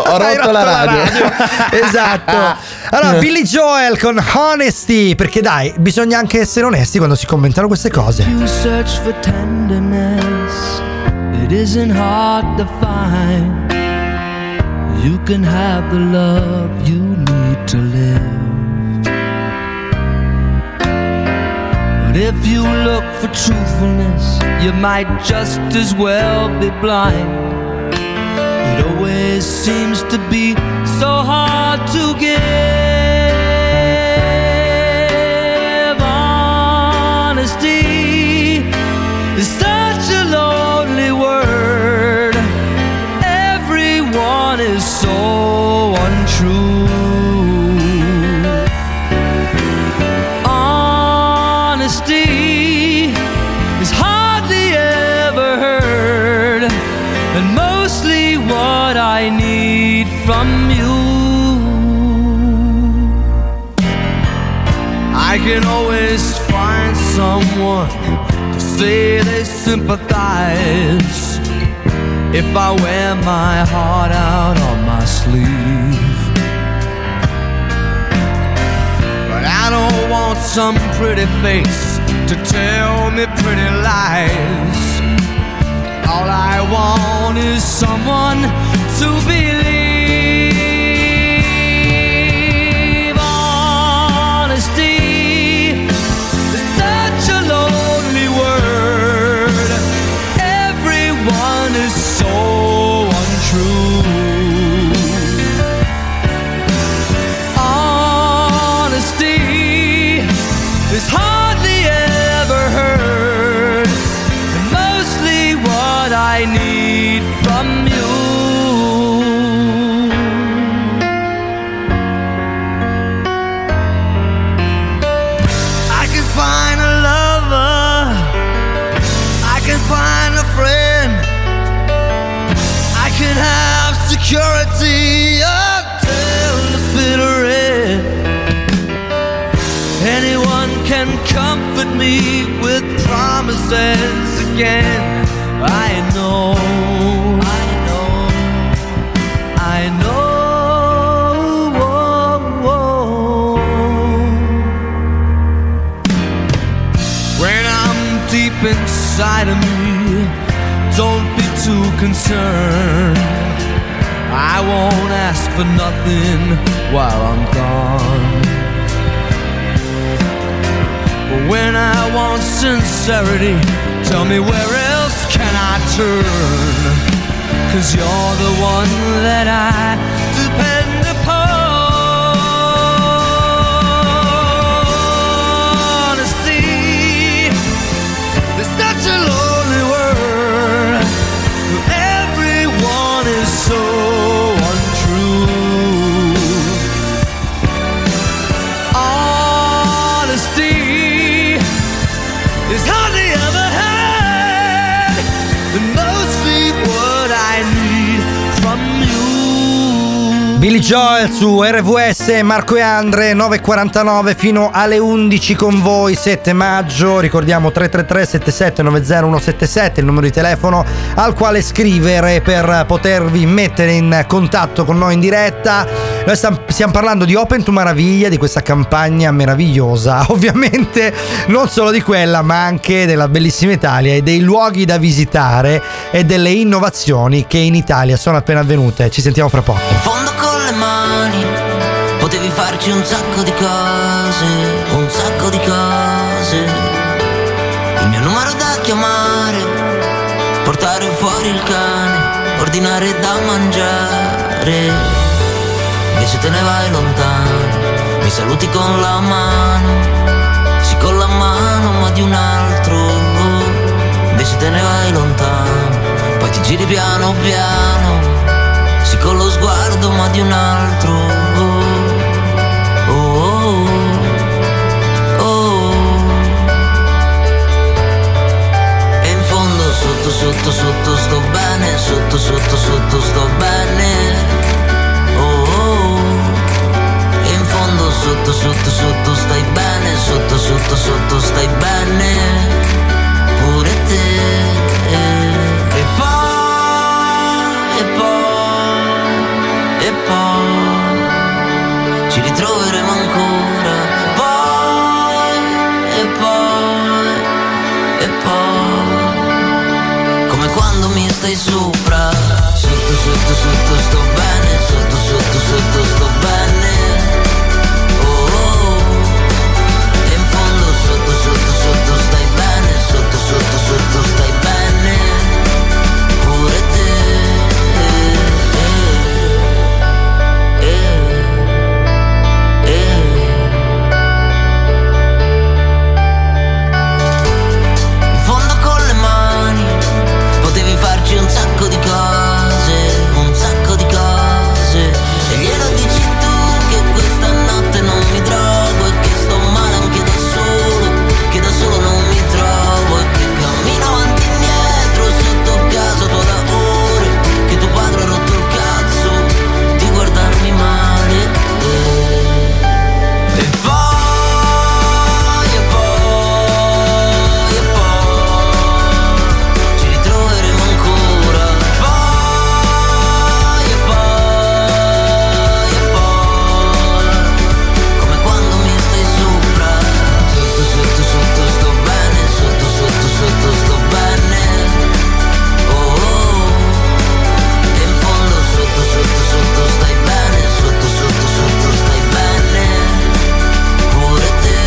Esatto. Allora, Billy Joel con Honesty, perché dai, bisogna anche essere onesti quando si commentano queste cose. You search for tenderness, it isn't hard to find. You can have the love you need to live. But if you look for truthfulness, you might just as well be blind. It always seems to be so hard to give. Honesty is such a lonely word. Everyone is so untrue. Honesty is hardly ever heard, and mostly what I need from you. I can always find someone to say they sympathize if I wear my heart out on my sleeve. But I don't want some pretty face to tell me pretty lies. All I want is someone to believe. says again, I know. When I'm deep inside of me, don't be too concerned. I won't ask for nothing while I'm gone. But when I want sincerity, tell me where else can I turn? 'Cause you're the one that I depend upon. Honesty is such a lonely word. Everyone is so untrue. Honesty is hardly ever had, and mostly what I need from you. Billy Joel su RVS, Marco e Andre, 9.49 fino alle 11 con voi, 7 maggio, ricordiamo 333 7790 177, il numero di telefono al quale scrivere per potervi mettere in contatto con noi in diretta. Noi stiamo parlando di Open to Maraviglia, di questa campagna meravigliosa, ovviamente non solo di quella ma anche della bellissima Italia e dei luoghi da visitare e delle innovazioni che in Italia sono appena avvenute. Ci sentiamo fra poco. In fondo con le mani potevi farci un sacco di cose, un sacco di cose. Il mio numero da chiamare, portare fuori il cane, ordinare da mangiare. Invece te ne vai lontano, mi saluti con la mano, sì con la mano ma di un altro. Invece te ne vai lontano, poi ti giri piano piano, sì con lo sguardo ma di un altro. E in fondo sotto sotto sotto sto bene, sotto sotto sotto sto bene. E in fondo sotto sotto sotto stai bene, sotto sotto sotto stai bene pure te. E poi ci ritroveremo ancora. E poi come quando mi stai sopra. Sotto sotto sotto sto bene, sotto sotto sotto sto bene. E in fondo sotto sotto sotto stai bene, sotto sotto sotto stai bene pure te. In fondo con le mani potevi farci un sacco di cose, un sacco di cose. E glielo dici tu che questa notte non mi drogo e che sto male anche da solo, che da solo non mi trovo e che cammino avanti e indietro sotto casa tua da ore, che tuo padre ha rotto il cazzo di guardarmi male. E poi ci ritroveremo ancora. Come quando mi stai sopra. Sotto sotto sotto sto bene, sotto sotto sotto sto bene. E in fondo sotto sotto sotto stai bene, sotto sotto sotto stai bene pure te.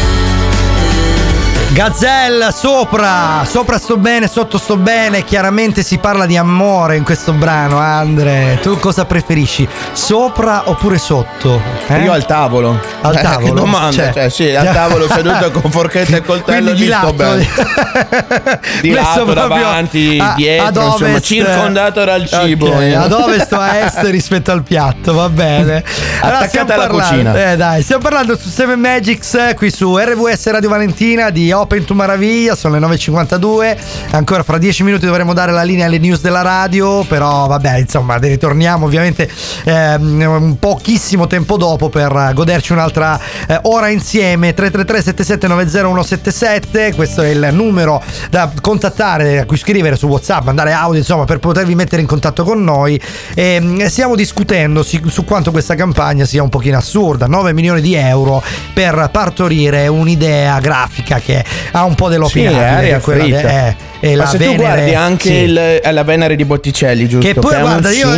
Gazelle, sopra sto bene, sotto sto bene. Chiaramente si parla di amore in questo brano. Andre, tu cosa preferisci? Sopra oppure sotto? Io al tavolo. Al tavolo? Che domanda, cioè sì, al tavolo seduto con forchetta e coltello lì sto bene. Di Messo lato, proprio davanti, dietro, ad insomma, ovest, circondato dal cibo. ok, ad ovest o a est rispetto al piatto, va bene. Attaccata alla cucina. Dai, stiamo parlando su Seven Magics qui su RVS Radio Valentina di Open Open to Maraviglia, sono le 9.52. Ancora fra 10 minuti dovremo dare la linea alle news della radio, però vabbè, insomma, ritorniamo ovviamente un pochissimo tempo dopo per goderci un'altra ora insieme. 333-7790-177, questo è il numero da contattare, a cui scrivere su WhatsApp, mandare audio, insomma, per potervi mettere in contatto con noi. Stiamo discutendo su quanto questa campagna sia un pochino assurda. 9 milioni di euro per partorire un'idea grafica che ha un po' dell'opinabile, ma se tu guardi anche la Venere di Botticelli, giusto? Che poi che guarda, io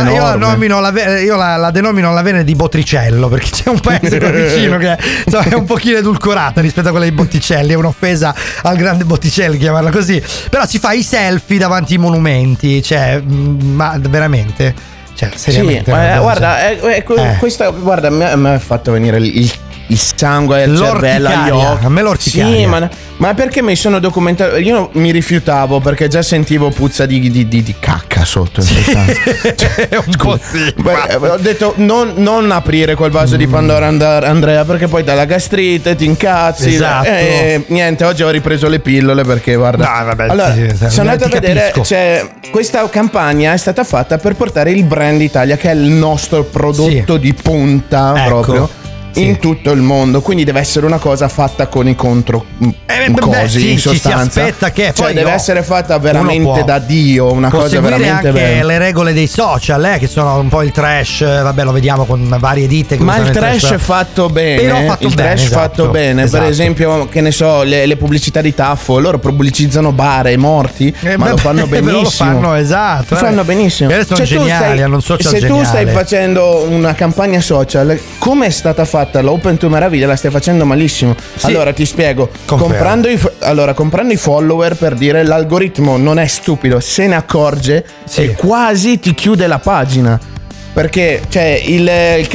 la denomino la Venere di Botticello, perché c'è un paese qua vicino che insomma, è un pochino edulcorata rispetto a quella di Botticelli. È un'offesa al grande Botticelli chiamarla così, però si fa i selfie davanti ai monumenti, cioè ma veramente, cioè seriamente. Sì, guarda, questa, guarda, mi ha fatto venire il sangue al cervello, agli occhi. A me l'orticaria. Sì, ma perché mi sono documentato? Io mi rifiutavo perché già sentivo puzza di cacca sotto, in sostanza. Un po' sì. Ho detto non aprire quel vaso di Pandora, Andrea, perché poi dà la gastrite, ti incazzi. Esatto. Niente, oggi ho ripreso le pillole perché guarda. No, vabbè, allora, sì, sono andato a vedere, questa campagna è stata fatta per portare il brand Italia, che è il nostro prodotto di punta, proprio. In tutto il mondo, quindi deve essere una cosa fatta con i contro cosi, in sostanza. Ci si aspetta che cioè deve essere fatta veramente da Dio, una cosa veramente anche bella. le regole dei social, che sono un po' il trash, vabbè, lo vediamo con varie ditte che ma il trash è fatto bene, però fatto bene. Per esempio, che ne so, le pubblicità di Taffo, loro pubblicizzano bare e morti, ma lo fanno benissimo. Lo fanno, esatto. Lo fanno benissimo. Sono geniali, hanno un social se geniale. Tu stai facendo una campagna social, come è stata fatta l'Open to Maraviglia, la stai facendo malissimo. Sì. Allora ti spiego. Comprando i follower, per dire, l'algoritmo non è stupido, se ne accorge e quasi ti chiude la pagina. Perché c'è il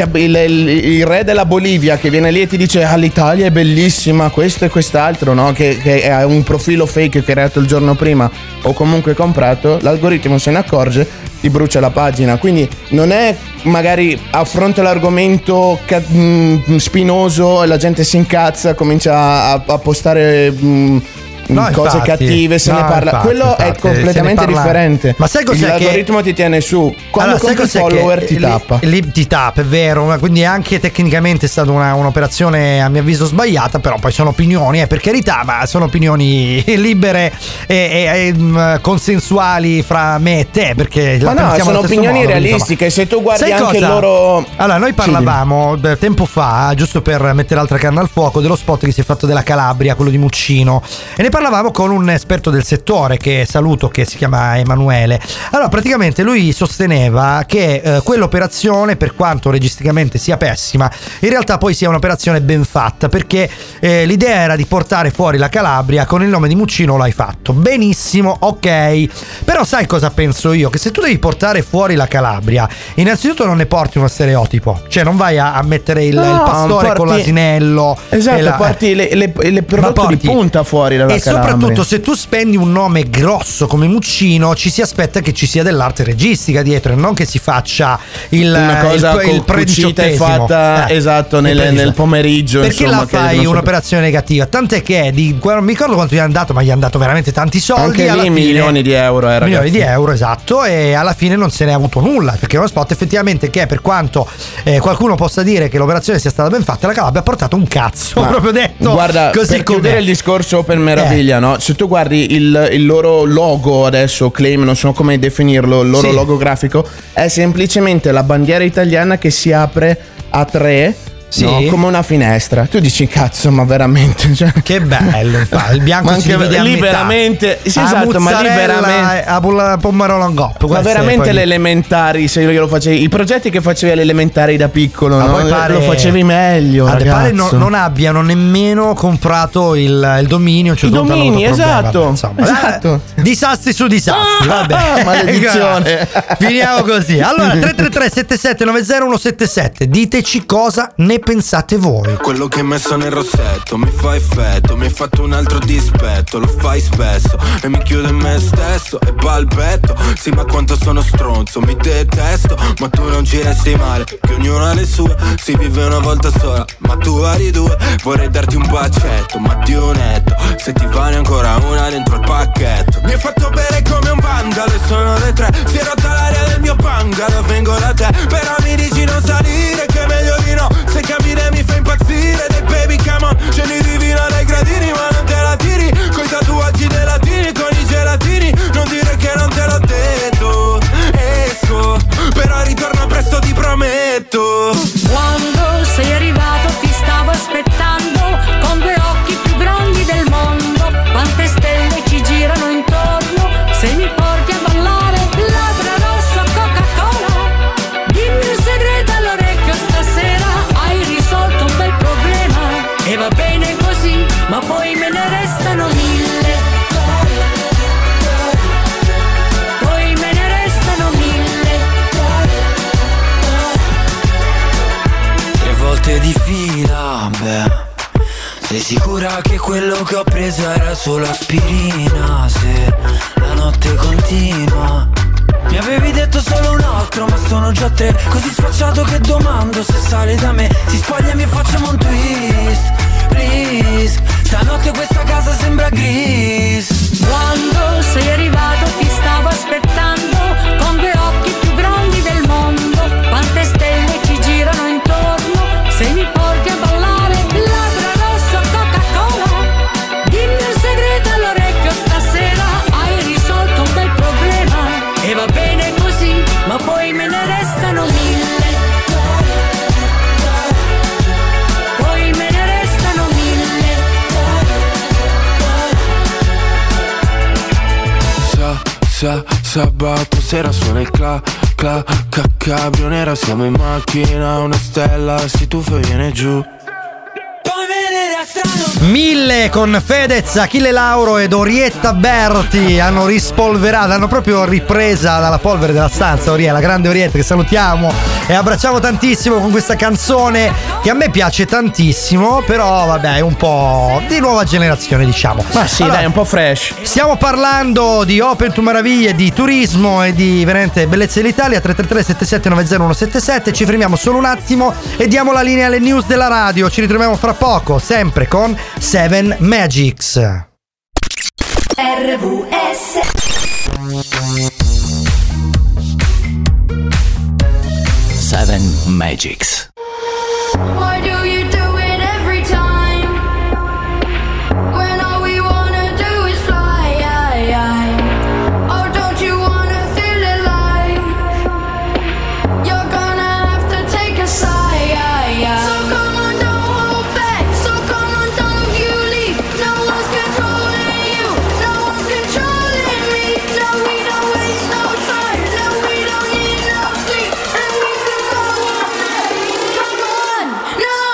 re della Bolivia che viene lì e ti dice l'Italia è bellissima, questo e quest'altro, no? Che ha un profilo fake creato il giorno prima o comunque comprato, l'algoritmo se ne accorge, ti brucia la pagina. Quindi non è magari affronta l'argomento spinoso e la gente si incazza, comincia a postare cose cattive, se ne parla. Quello è completamente differente. Ma sai cos'è? L'algoritmo ti tiene su. Quando compri follower ti tappa. Lì ti tappa, è vero. Quindi anche tecnicamente è stata un'operazione a mio avviso sbagliata. Però poi sono opinioni, per carità, ma sono opinioni libere e consensuali fra me e te. Perché sono opinioni realistiche. Insomma. Se tu guardi anche il loro. Allora, noi parlavamo tempo fa, giusto per mettere altra carne al fuoco, dello spot che si è fatto della Calabria, quello di Muccino. E ne parlavamo con un esperto del settore che saluto, che si chiama Emanuele. Allora, praticamente lui sosteneva che quell'operazione, per quanto registicamente sia pessima, in realtà poi sia un'operazione ben fatta, perché l'idea era di portare fuori la Calabria con il nome di Muccino. L'hai fatto benissimo, ok, però sai cosa penso io? Che se tu devi portare fuori la Calabria, innanzitutto non ne porti uno stereotipo, cioè non vai a mettere il pastore con l'asinello, porti le prodotti di punta fuori dalla Calabria. Soprattutto se tu spendi un nome grosso come Muccino, ci si aspetta che ci sia dell'arte registica dietro e non che si faccia una cosa il prediciottesimo fatta nel pomeriggio, perché insomma, la fai un'operazione negativa, tant'è che non mi ricordo quanto gli hanno dato, ma gli hanno dato veramente tanti soldi, anche lì milioni di euro, milioni di euro, esatto, e alla fine non se ne è avuto nulla, perché è uno spot effettivamente che, per quanto qualcuno possa dire che l'operazione sia stata ben fatta, la Calabria ha portato un cazzo, proprio detto. Guarda, così per chiudere il discorso Open Meraviglia, no? Se tu guardi il loro logo adesso, claim, non so come definirlo, il loro logo grafico, è semplicemente la bandiera italiana che si apre a tre. Sì. No, come una finestra. Tu dici cazzo, ma veramente, cioè. Che bello, il bianco si divide a lì metà. Veramente, sì, esatto, ma lì veramente a pomarola in gop. Ma veramente poi le elementari, se io lo facevi, i progetti che facevi alle elementari da piccolo, no? Lo facevi meglio, pare non abbiano nemmeno comprato il dominio, cioè i domini, esatto. Esatto. Disastri su disastri, vabbè. Maledizione. Finiamo così. Allora, 333 77 90 177, diteci cosa ne pensate voi? Quello che hai messo nel rossetto mi fa effetto, mi hai fatto un altro dispetto, lo fai spesso e mi chiudo in me stesso e balbetto. Sì, ma quanto sono stronzo, mi detesto, ma tu non ci resti male, che ognuno ha le sue, si vive una volta sola, ma tu vari due. Vorrei darti un bacetto, ma ti unetto, se ti vale ancora una dentro il pacchetto. Mi hai fatto bere come un vandalo e sono le 3, si è rotta l'aria del mio bungalow, vengo da te, però mi dici non salire, che è meglio di no, se cammine mi fa impazzire. Dei baby come on, scendi divina dai gradini, ma non te la tiri, coi tatuaggi dei latini, con i gelatini, non dire che non te l'ho detto. Esco, però ritorno presto, ti prometto. Quando sei arrivato ti stavo aspettando, con due occhi più grandi del mondo, quante stelle ci girano intorno, se mi porti a ballare, labbra rossa, Coca-Cola, dimmi un segreto all'orecchio stasera, hai risolto un bel problema, e va bene così, ma poi me ne restano mille, poi me ne restano mille. 3 volte di fila, beh, sei sicura che quello che ho preso era solo aspirina? Se la notte continua, mi avevi detto solo un altro, ma sono già 3, così sfacciato che domando se sale da me, si spoglia e facciamo un twist, please. Stanotte questa casa sembra gris. Quando sei arrivato ti stavo aspettando, con due occhi più grandi del mondo, quante stelle ci girano intorno, se mi porti a ballare, labbra rossa, Coca-Cola, dimmi un segreto all'orecchio stasera, hai risolto un bel problema, e va bene così, ma poi me ne restano mille, poi me ne restano mille. Sabato sera suona il cabrio nera, siamo in macchina, una stella si tuffa e viene giù. 1000 con Fedez, Achille Lauro ed Orietta Berti hanno rispolverato, hanno proprio ripresa dalla polvere della stanza Orietta, la grande Orietta, che salutiamo e abbracciamo tantissimo con questa canzone che a me piace tantissimo, però vabbè è un po' di nuova generazione, diciamo. Ma sì, allora, dai, un po' fresh. Stiamo parlando di Open to Meraviglie, di turismo e di veramente bellezza dell'Italia. 333-7790-177. Ci fermiamo solo un attimo e diamo la linea alle news della radio. Ci ritroviamo fra poco, sempre con 7 Magics. RVS 7 Magics. Why do you do it every time? When all we wanna do is fly. Oh, don't you wanna feel alive? You're gonna have to take a sigh. So come on, don't hold back. So come on, don't you leave. No one's controlling you. No one's controlling me. No, we don't waste no time. No, we don't need no sleep. And we can go on. Come on, no.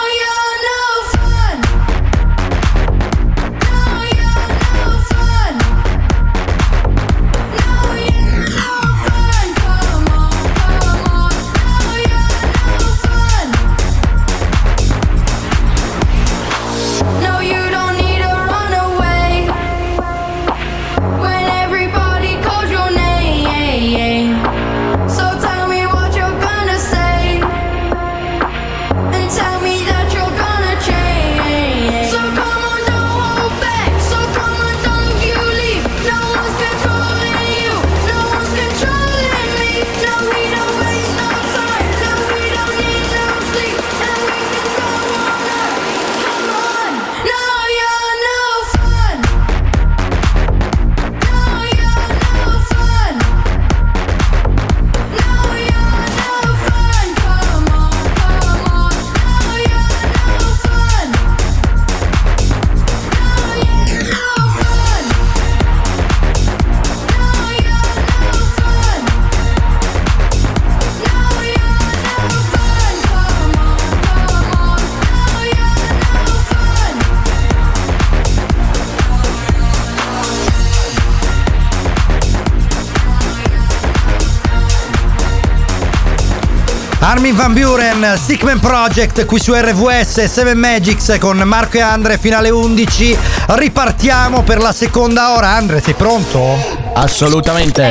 Armin van Buren, Stickman Project qui su RVS 7 Magics con Marco e Andre, finale 11. Ripartiamo per la seconda ora. Andre, sei pronto? Assolutamente.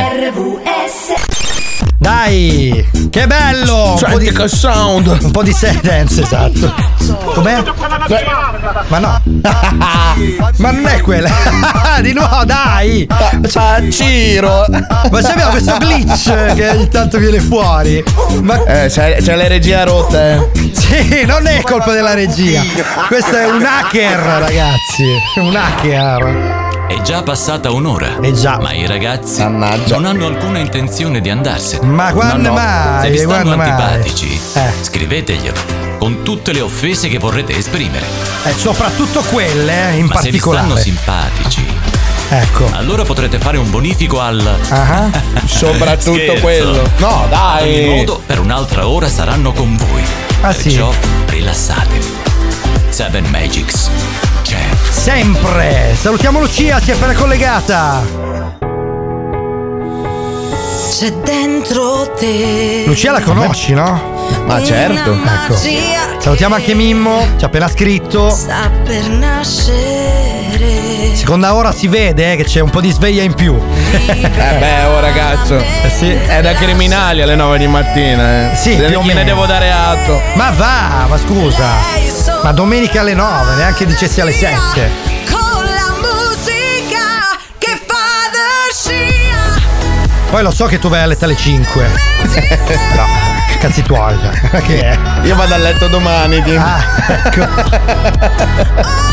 Dai, che bello! Un po' di dance, esatto. Com'è? Ma no. Ma non è quella. Di nuovo, dai. Ciro. Ma se abbiamo questo glitch che ogni tanto viene fuori. Ma c'è la regia rotta, eh. Sì, non è colpa della regia. Questo è un hacker, ragazzi. Un hacker. È già passata un'ora. Già. Ma i ragazzi Mannaggia. non hanno alcuna intenzione di andarsene. Ma quando mai? Se vi stanno Quando antipatici, mai? scriveteglielo con tutte le offese che vorrete esprimere. Soprattutto quelle, in Ma particolare. se vi stanno simpatici, ecco, allora potrete fare un bonifico al soprattutto Scherzo. quello. No, dai. Ad ogni modo, per un'altra ora saranno con voi. Perciò rilassatevi. 7 Magics c'è sempre. Salutiamo Lucia, si è appena collegata. C'è dentro te. Lucia la conosci, no? Ma certo. Ecco. Salutiamo anche Mimmo, ci ha appena scritto. Sta per nascere. Seconda ora si vede che c'è un po' di sveglia in più. Oh ragazzo. Sì. È da criminali alle 9 di mattina, eh. Sì, più o ne meno. devo dare atto. Ma va, ma scusa. Ma domenica alle 9, neanche dicessi alle 7. Con la musica che fa da scia. Poi lo so che tu vai a letto alle 5. No, cazzi tuoi. Che è? Io vado a letto domani. Ecco.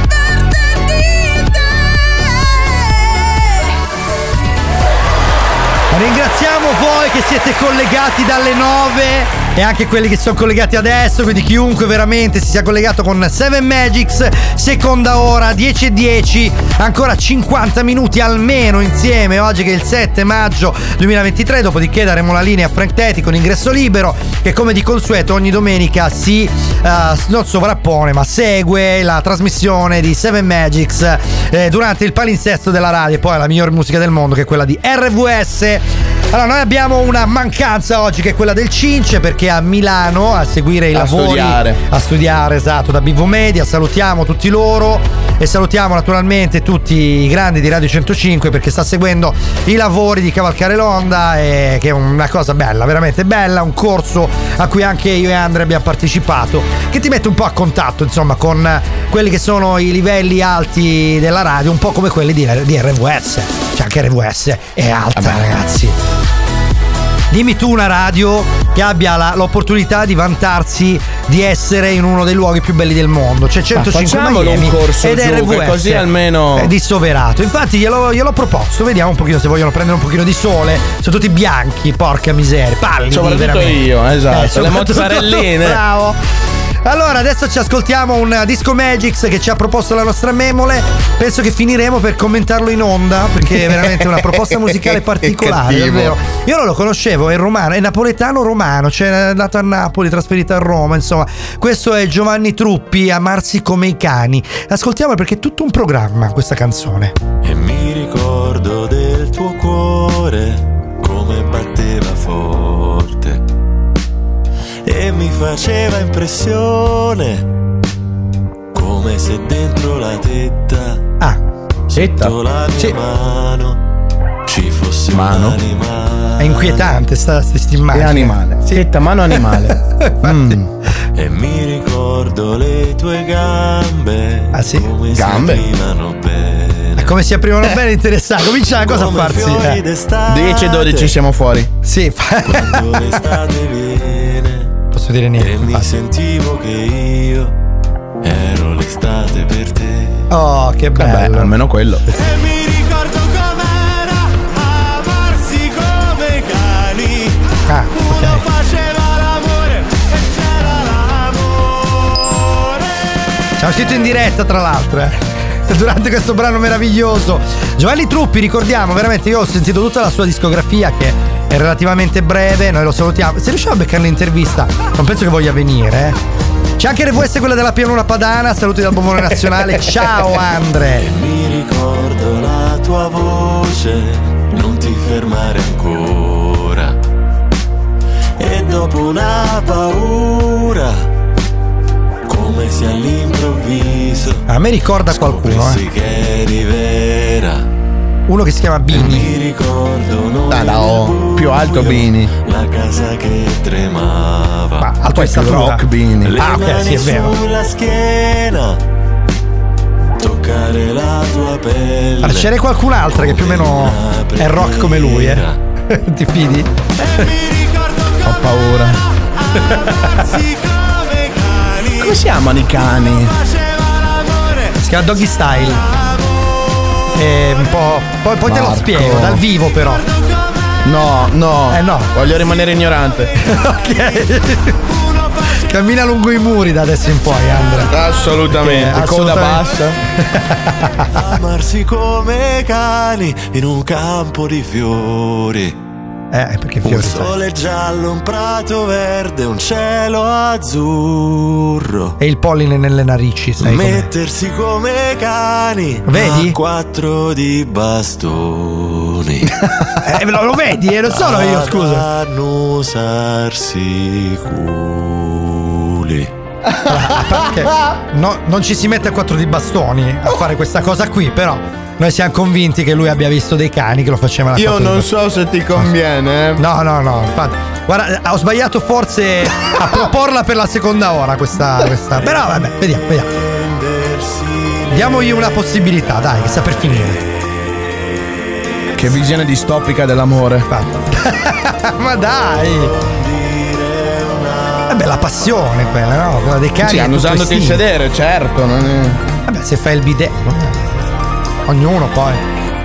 Ringraziamo voi che siete collegati dalle 9 e anche quelli che sono collegati adesso, quindi chiunque veramente si sia collegato con 7 Magics, seconda ora, 10:10, ancora 50 minuti almeno insieme, oggi che è il 7 maggio 2023, dopodiché daremo la linea a Frank Teti con ingresso libero, che come di consueto ogni domenica si non sovrappone ma segue la trasmissione di 7 Magics durante il palinsesto della radio, e poi la migliore musica del mondo che è quella di RVS. Allora, noi abbiamo una mancanza oggi che è quella del Cince, perché a Milano a seguire i lavori, a studiare, esatto, da Bivo Media. Salutiamo tutti loro e salutiamo naturalmente tutti i grandi di Radio 105, perché sta seguendo i lavori di Cavalcare l'Onda, che è una cosa bella, veramente bella, un corso a cui anche io e Andre abbiamo partecipato, che ti mette un po' a contatto, insomma, con quelli che sono i livelli alti della radio, un po' come quelli di RVS. Cioè anche RVS è alta, ragazzi. Dimmi tu una radio che abbia l'opportunità di vantarsi di essere in uno dei luoghi più belli del mondo. C'è 105 Miami un corso ed giù, RVS, così almeno è dissoverato. Infatti gliel'ho proposto, vediamo un pochino se vogliono prendere un pochino di sole. Sono tutti bianchi, porca miseria, pallidi soprattutto veramente. io, esatto, le soprattutto mozzarelline. Bravo. Allora, adesso ci ascoltiamo un Disco Magics che ci ha proposto la nostra Memole. Penso che finiremo per commentarlo in onda, perché è veramente una proposta musicale particolare, davvero. Io non lo conoscevo, è romano, è napoletano romano, cioè è andato a Napoli, trasferito a Roma, insomma. Questo è Giovanni Truppi, Amarsi come i cani. Ascoltiamo perché è tutto un programma questa canzone. E mi ricordo del tuo cuore, come batteva forte e mi faceva impressione, come se dentro la tetta, sotto la mia mano ci fosse un'anima. È inquietante sta immagine. È animale. Sì. Tetta, mano animale. E mi ricordo le tue gambe, come Gambe? si aprivano bene. Come si aprivano bene, interessante. Comincia la cosa a farsi. 10-12 siamo fuori. Sì. Quando l'estate viene, posso dire niente. E mi sentivo che io ero l'estate per te. Oh, che bello. Almeno quello. E mi ricordo com'era amarsi come cani. Uno faceva l'amore e c'era l'amore. Ci hanno scritto in diretta, tra l'altro, durante questo brano meraviglioso. Giovanni Truppi, ricordiamo, veramente io ho sentito tutta la sua discografia, che è relativamente breve, noi lo salutiamo. Se riusciamo a beccare l'intervista, non penso che voglia venire, C'è anche RVS, quella della pianura padana. Saluti dal Bombone Nazionale. Ciao Andre. E mi ricordo la tua voce, non ti fermare ancora. E dopo una paura, come se all'improvviso a me ricorda qualcuno, che eri vera. Uno che si chiama Bini. Mi ricordo più alto Bini. La casa che tremava. Ma alto è stato rock Bini. Le ok, sì, è vero. Sulla schiena, toccare la tua pelle. Ma c'era qualcun'altra che più o meno è rock come lui, Ti fidi? Ho paura. Come si chiamano i cani? Si chiama Doggy Style. Un po'. Poi te lo spiego, dal vivo però. No. No. Voglio rimanere ignorante. Ok. Cammina lungo i muri da adesso in poi, Andrea. Assolutamente. Coda bassa. Amarsi come cani in un campo di fiori. Perché fiori un sole giallo, un prato verde, un cielo azzurro. E il polline nelle narici, sai mettersi come cani. Vedi? A 4 di bastoni. Lo vedi? Non sono io, scusa. Annusarsi culi. Perché non ci si mette a 4 di bastoni a fare questa cosa qui, però noi siamo convinti che lui abbia visto dei cani che lo facevano. Io non so se ti conviene. No. Infatti, guarda, ho sbagliato forse a proporla per la seconda ora questa. Però vabbè, vediamo. Diamogli una possibilità, dai, che sta per finire. Che visione distopica dell'amore. Ma dai. Vabbè, la passione quella, no? Quella dei cani. Sì, annusandoti il sedere, certo. Non è... Vabbè, se fai il bidet, no? Ognuno poi.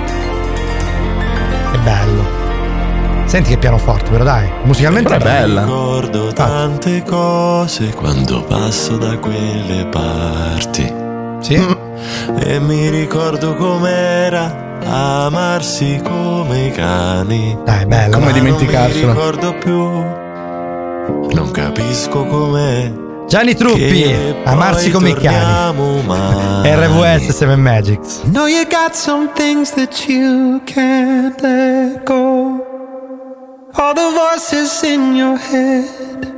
È bello. Senti che pianoforte, però dai. Musicalmente è bella. Ricordo tante cose quando passo da quelle parti. Sì. E mi ricordo com'era amarsi come i cani. Dai, bello. Come dimenticarselo? Non mi ricordo più. Non capisco com'è. Gianni Truppi, amarsi come i cani. RVS 7 Magics. Know you got some things that you can't let go. All the voices in your head.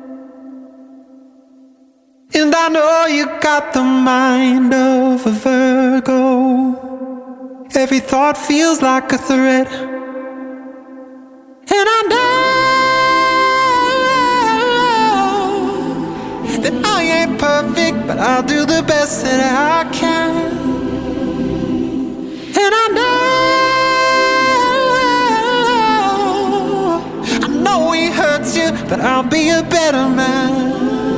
And I know you got the mind of a Virgo. Every thought feels like a threat. And I know that I ain't perfect, but I'll do the best that I can. And I know he hurts you, but I'll be a better man.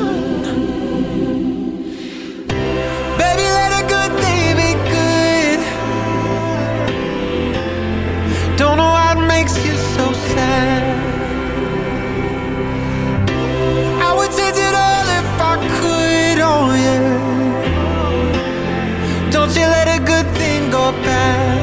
Baby, let a good thing be good. Don't know what makes you so sad. I would change it all if I could, oh yeah. Don't you let a good thing go bad.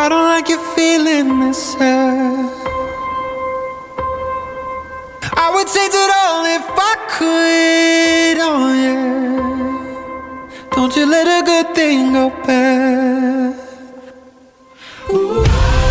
I don't like you feeling this sad. I would take it all if I could, oh yeah. Don't you let a good thing go bad. Ooh.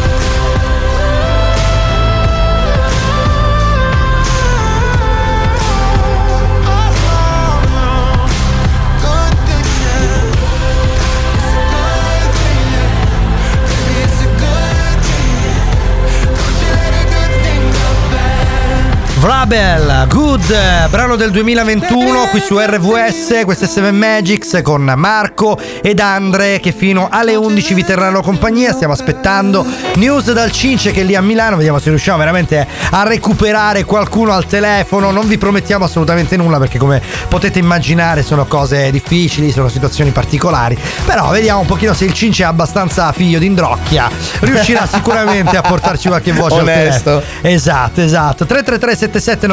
Vrabel, Good, brano del 2021 qui su RVS, questo è Seven Magics con Marco ed Andre che fino alle 11 vi terranno compagnia. Stiamo aspettando news dal Cince che è lì a Milano, vediamo se riusciamo veramente a recuperare qualcuno al telefono. Non vi promettiamo assolutamente nulla perché come potete immaginare sono cose difficili, sono situazioni particolari, però vediamo un pochino se il Cince è abbastanza figlio d'Indrocchia, riuscirà sicuramente a portarci qualche voce onesto al telefono. Esatto 333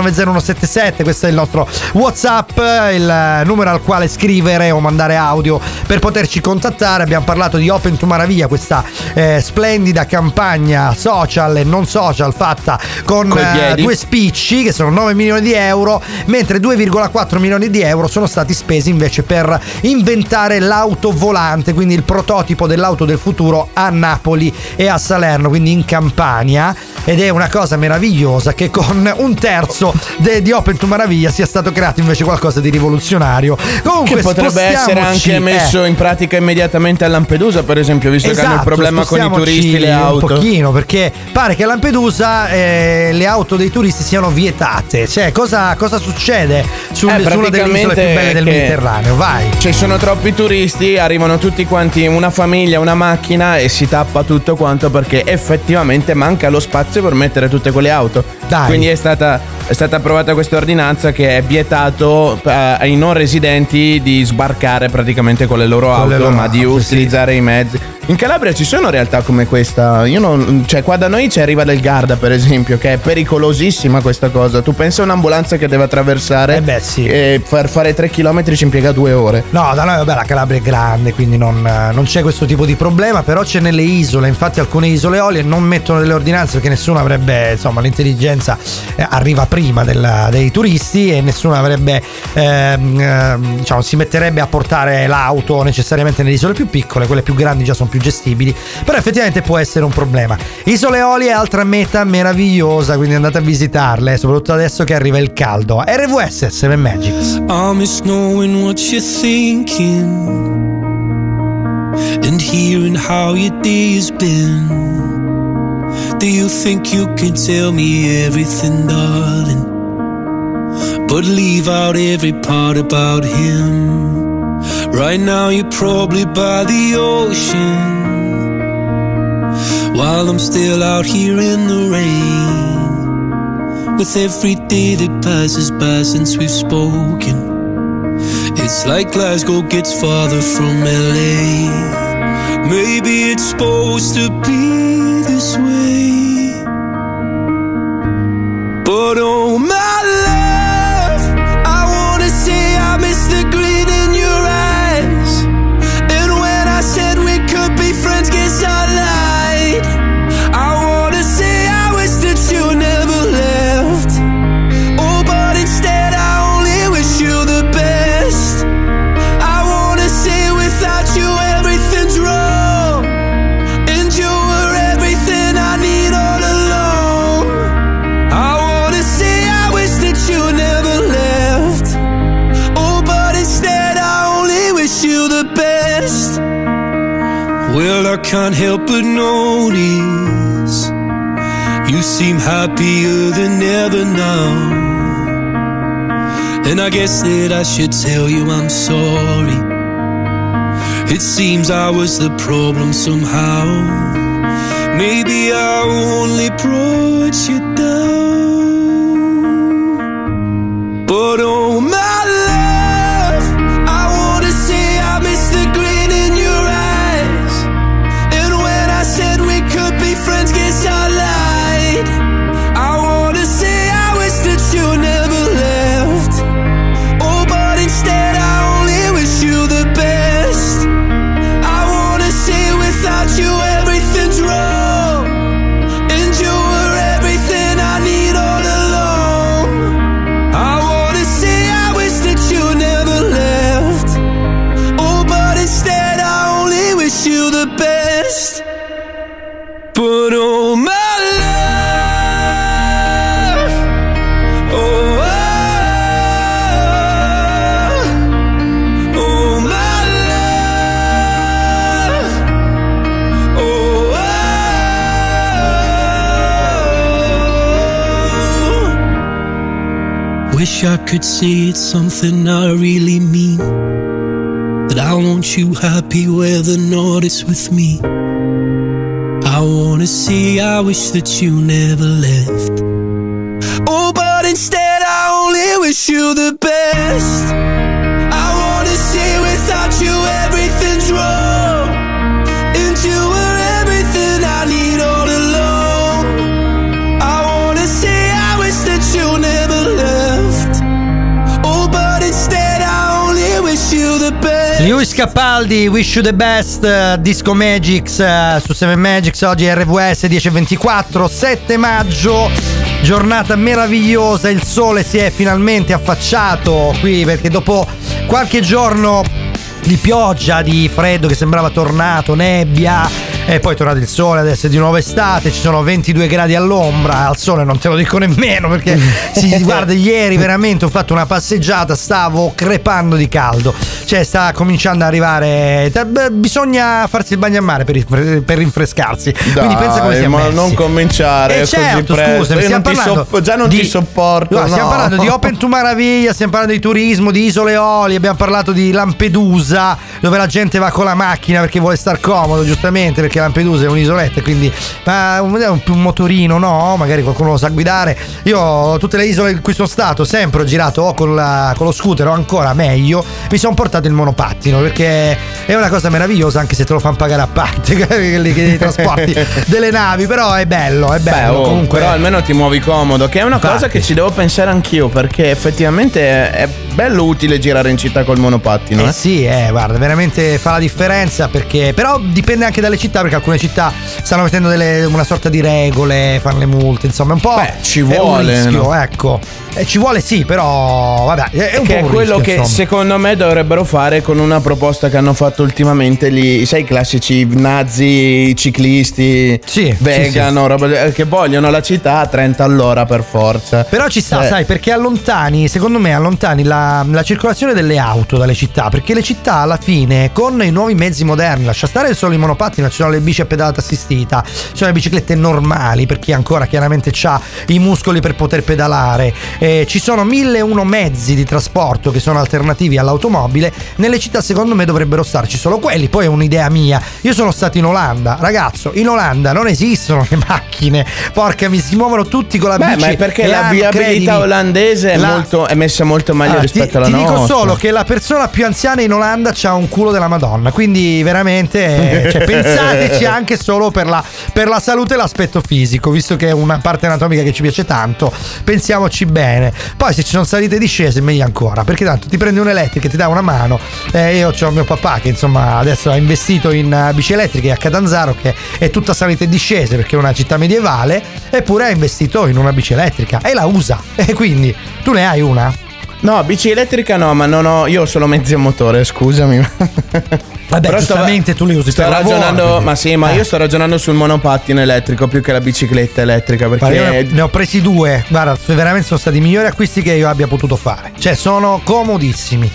7790177, questo è il nostro WhatsApp, il numero al quale scrivere o mandare audio per poterci contattare. Abbiamo parlato di Open to Maraviglia, questa splendida campagna social e non social fatta con due spicci che sono 9 milioni di euro, mentre 2,4 milioni di euro sono stati spesi invece per inventare l'auto volante, quindi il prototipo dell'auto del futuro a Napoli e a Salerno, quindi in Campania, ed è una cosa meravigliosa che con un terzo di Open to Maraviglia sia stato creato invece qualcosa di rivoluzionario. Comunque che potrebbe essere anche messo in pratica immediatamente a Lampedusa, per esempio, visto che hanno il problema con i turisti, le auto. Un pochino, perché pare che a Lampedusa le auto dei turisti siano vietate. Cioè, cosa succede su una delle isole più belle del Mediterraneo? Vai. Ci sono troppi turisti, arrivano tutti quanti, una famiglia, una macchina, e si tappa tutto quanto perché effettivamente manca lo spazio per mettere tutte quelle auto. Dai. Quindi è stata approvata questa ordinanza che è vietato ai non residenti di sbarcare praticamente con le loro auto, ma di utilizzare i mezzi. In Calabria ci sono realtà come questa. Cioè, qua da noi c'è Riva del Garda, per esempio, che è pericolosissima questa cosa. Tu pensa a un'ambulanza che deve attraversare e per fare 3 km ci impiega 2 ore. No, da noi la Calabria è grande, quindi non c'è questo tipo di problema, però c'è nelle isole. Infatti alcune isole eolie non mettono delle ordinanze perché nessuno avrebbe, insomma, l'intelligenza arriva prima dei turisti e nessuno avrebbe si metterebbe a portare l'auto necessariamente nelle isole più piccole. Quelle più grandi già sono più gestibili, però effettivamente può essere un problema. Isole Eolie è altra meta meravigliosa, quindi andate a visitarle, soprattutto adesso che arriva il caldo. RVS Seven Magics. I miss knowing what you're thinking and hearing how your day's been. Do you think you can tell me everything, darling, but leave out every part about him? Right now you're probably by the ocean, while I'm still out here in the rain. With every day that passes by since we've spoken, it's like Glasgow gets farther from LA. Maybe it's supposed to be this way, but oh my love, I wanna say I miss the green in your eyes. And when I said we could be friends, guess I lied. I wanna say I wish that you never left. Oh, but instead I only wish you the best. I wanna say without you everything's wrong, and you were everything I need all along. I wanna say I wish that you never left. Oh, but instead I only wish you the best. Well, I can't help but notice you seem happier than ever now, and I guess that I should tell you I'm sorry. It seems I was the problem somehow. Maybe I only brought you down, but oh my love, I wanna say I miss the green in your eyes. And when I said we could be friends, guess I lied. I wanna say I wish that you never left. Oh, but instead I only wish you the best. I wanna say without you everything's wrong. Wish I could say it's something I really mean, that I want you happy whether or not it's with me. I wanna say I wish that you never left. Oh, but instead I only wish you the best. I wanna say without you everything's wrong, and you were everything I need all along. I wanna say I wish that you never left. Oh, but instead I only wish you the best. Lewis Capaldi, Wish You The Best, Disco Magics su 7 Magics. Oggi è RVS 10:24, 7 maggio, giornata meravigliosa. Il sole si è finalmente affacciato qui, perché dopo qualche giorno di pioggia, di freddo che sembrava tornato, nebbia, e poi è tornato il sole, adesso è di nuovo estate, ci sono 22 gradi all'ombra, al sole non te lo dico nemmeno, perché guarda, ieri veramente ho fatto una passeggiata, stavo crepando di caldo, cioè sta cominciando ad arrivare, bisogna farsi il bagno a mare per rinfrescarsi. Dai, quindi pensa come siamo messi. Non cominciare certo, così presto. Scusami, stiamo parlando già non ti sopporto. No, stiamo parlando di Open to Maraviglia, stiamo parlando di turismo, di isole Eolie, abbiamo parlato di Lampedusa, dove la gente va con la macchina perché vuole star comodo, giustamente, perché Lampedusa è un'isoletta, quindi un motorino, no? Magari qualcuno lo sa guidare. Io tutte le isole in cui sono stato sempre ho girato o con lo scooter o ancora meglio mi sono portato il monopattino, perché è una cosa meravigliosa, anche se te lo fanno pagare a parte i trasporti delle navi, però è bello. Comunque, però almeno ti muovi comodo, che è una cosa che ci devo pensare anch'io, perché effettivamente è bello utile girare in città col monopattino. Sì, guarda, veramente fa la differenza, perché però dipende anche dalle città, perché alcune città stanno mettendo una sorta di regole, fanno le multe, insomma, un po' ci vuole, un rischio, no? Ecco. Ci vuole, sì, però vabbè, è un che po' un quello rischio, che insomma. secondo me dovrebbero fare con una proposta che hanno fatto ultimamente lì, sai, i classici nazi ciclisti, vegano, sì. roba che vogliono la città a 30 all'ora per forza. Però ci sta, sai, perché secondo me allontani la circolazione delle auto dalle città, perché le città alla fine con i nuovi mezzi moderni, lascia stare solo i monopattini, ci sono le bici a pedalata assistita, ci sono le biciclette normali per chi ancora chiaramente ha i muscoli per poter pedalare, ci sono 1001 mezzi di trasporto che sono alternativi all'automobile. Nelle città secondo me dovrebbero starci solo quelli. Poi è un'idea mia, io sono stato in Olanda, ragazzo, in Olanda non esistono le macchine, porca mi si muovono tutti con la bici. Ma è perché la viabilità olandese è messa molto meglio rispetto alla nostra. Ti dico solo che la persona più anziana in Olanda c'ha un culo della Madonna, quindi veramente pensateci anche solo per la salute e l'aspetto fisico, visto che è una parte anatomica che ci piace tanto, pensiamoci bene. Poi se ci sono salite e discese meglio ancora, perché tanto ti prendi un'elettrica e ti dà una mano. Io ho mio papà che insomma adesso ha investito in bici elettriche a Catanzaro, che è tutta salite e discese perché è una città medievale, eppure ha investito in una bici elettrica e la usa. E quindi tu ne hai una? No, bici elettrica no, ma non ho, io ho solo mezzi a motore, scusami. Vabbè, però giustamente tu li usi per ragionando, lavoro. Ma sì, ma io sto ragionando sul monopattino elettrico più che la bicicletta elettrica, perché io ne ho presi 2. Guarda, veramente sono stati i migliori acquisti che io abbia potuto fare. Cioè, sono comodissimi.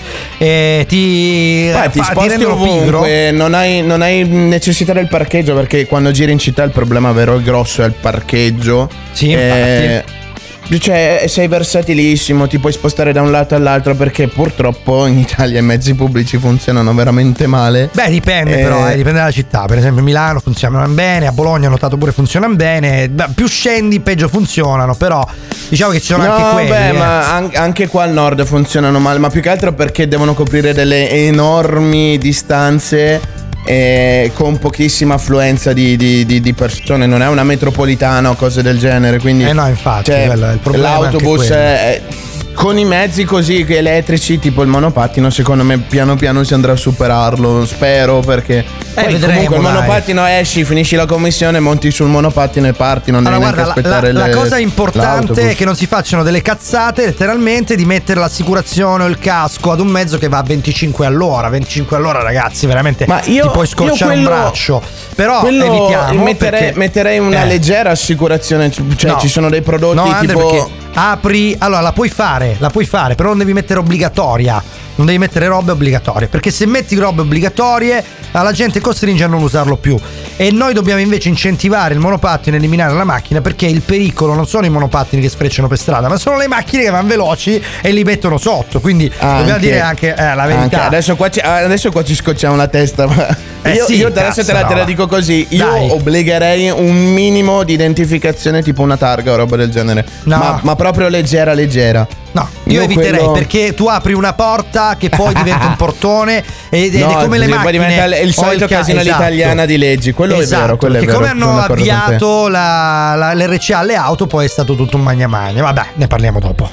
Ti sposti ovunque, non hai necessità del parcheggio, perché quando giri in città il problema vero e grosso è il parcheggio. Sì, infatti. Cioè, sei versatilissimo, ti puoi spostare da un lato all'altro, perché purtroppo in Italia i mezzi pubblici funzionano veramente male. Beh, dipende però, dipende dalla città. Per esempio a Milano funzionano bene, a Bologna ho notato pure funzionano bene. Più scendi peggio funzionano, però diciamo che ci sono anche quelli. Beh, ma anche qua al nord funzionano male, ma più che altro perché devono coprire delle enormi distanze con pochissima affluenza di persone. Non è una metropolitana o cose del genere, quindi no, infatti, il problema l'autobus con i mezzi così elettrici tipo il monopattino, secondo me piano piano si andrà a superarlo, spero, perché poi comunque il monopattino esci, finisci la commissione, monti sul monopattino e parti, non devi neanche aspettare la cosa importante è che non si facciano delle cazzate letteralmente di mettere l'assicurazione o il casco ad un mezzo che va a 25 all'ora. 25 all'ora, ragazzi, veramente ti puoi scocciare un braccio. Però evitiamo, metterei una leggera assicurazione, cioè ci sono dei prodotti tipo allora la puoi fare, però non devi mettere obbligatoria. Non devi mettere robe obbligatorie, perché se metti robe obbligatorie la gente costringe a non usarlo più. e noi dobbiamo invece incentivare il monopattino e eliminare la macchina, perché il pericolo non sono i monopattini che sfrecciano per strada, ma sono le macchine che vanno veloci e li mettono sotto, quindi dobbiamo dire anche la verità. Adesso qua ci scocciamo la testa, ma io adesso te la dico così, io obbligherei un minimo di identificazione, tipo una targa o roba del genere, ma proprio leggera. No, io eviterei, perché tu apri una porta che poi diventa un portone ed è come le macchine. Poi diventa il solito casino all'italiana di leggi, quello è vero. Quello è vero. Come hanno avviato l'RCA alle auto, poi è stato tutto un magna. Vabbè, ne parliamo dopo.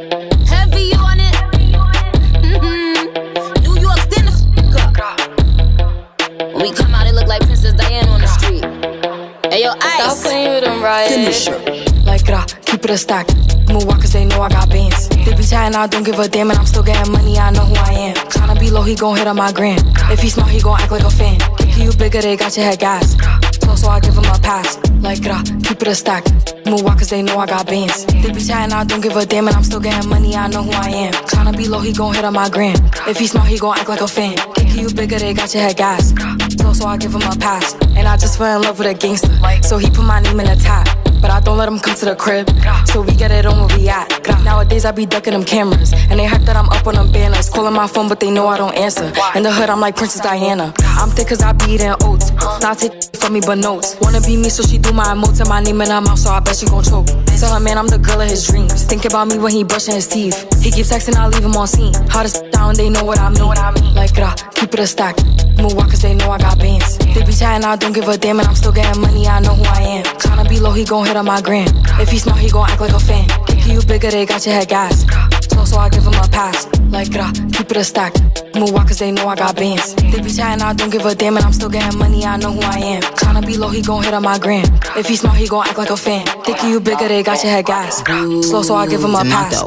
We come out and look like Princess Diana on the street. Hey yo, Ice, stop playing with them, right? Finish her. Like, keep it a stack. Move walk cause they know I got bands. They be chatting, I don't give a damn, and I'm still getting money, I know who I am. Tryna be low, he gon' hit on my gram. If he smart, he gon' act like a fan. Thinking you bigger, they got your head gas. So I give him a pass. Like, keep it a stack. Move walk cause they know I got bands. They be chatting, I don't give a damn, and I'm still getting money, I know who I am. Tryna be low, he gon' hit on my gram. If he smart, he gon' act like a fan. Thinking you bigger, they got your head gas. So I give him a pass. And I just fell in love with a gangster. So he put my name in the top. But I don't let him come to the crib, so we get it on where we at. Nowadays I be ducking them cameras, and they hype that I'm up on them banners. Calling my phone, but they know I don't answer. In the hood, I'm like Princess Diana. I'm thick cause I be eating oats. Not take from me, but notes. Wanna be me, so she do my emotes and my name in her mouth, so I bet she gon' choke. Tell her, man, I'm the girl of his dreams. Think about me when he brushing his teeth. He keeps texting, I leave him on scene. Hottest down, they know what I mean. Like, keep it a stack. Move walk cause they know I got bands. They be chatting, I don't give a damn, and I'm still getting money, I know who I am. Tryna be low, he gon' hit on my gram. If he smart, he gon' act like a fan. Thinking you bigger, they got your head gas. So I give him a pass. Like, keep it a stack. Move walk cause they know I got bands. They be chatting, I don't give a damn, and I'm still getting money, I know who I am. Tryna be low, he gon' hit on my gram. If he smart, he gon' act like a fan. Thinking you bigger, they got your head gas. So I give him a pass.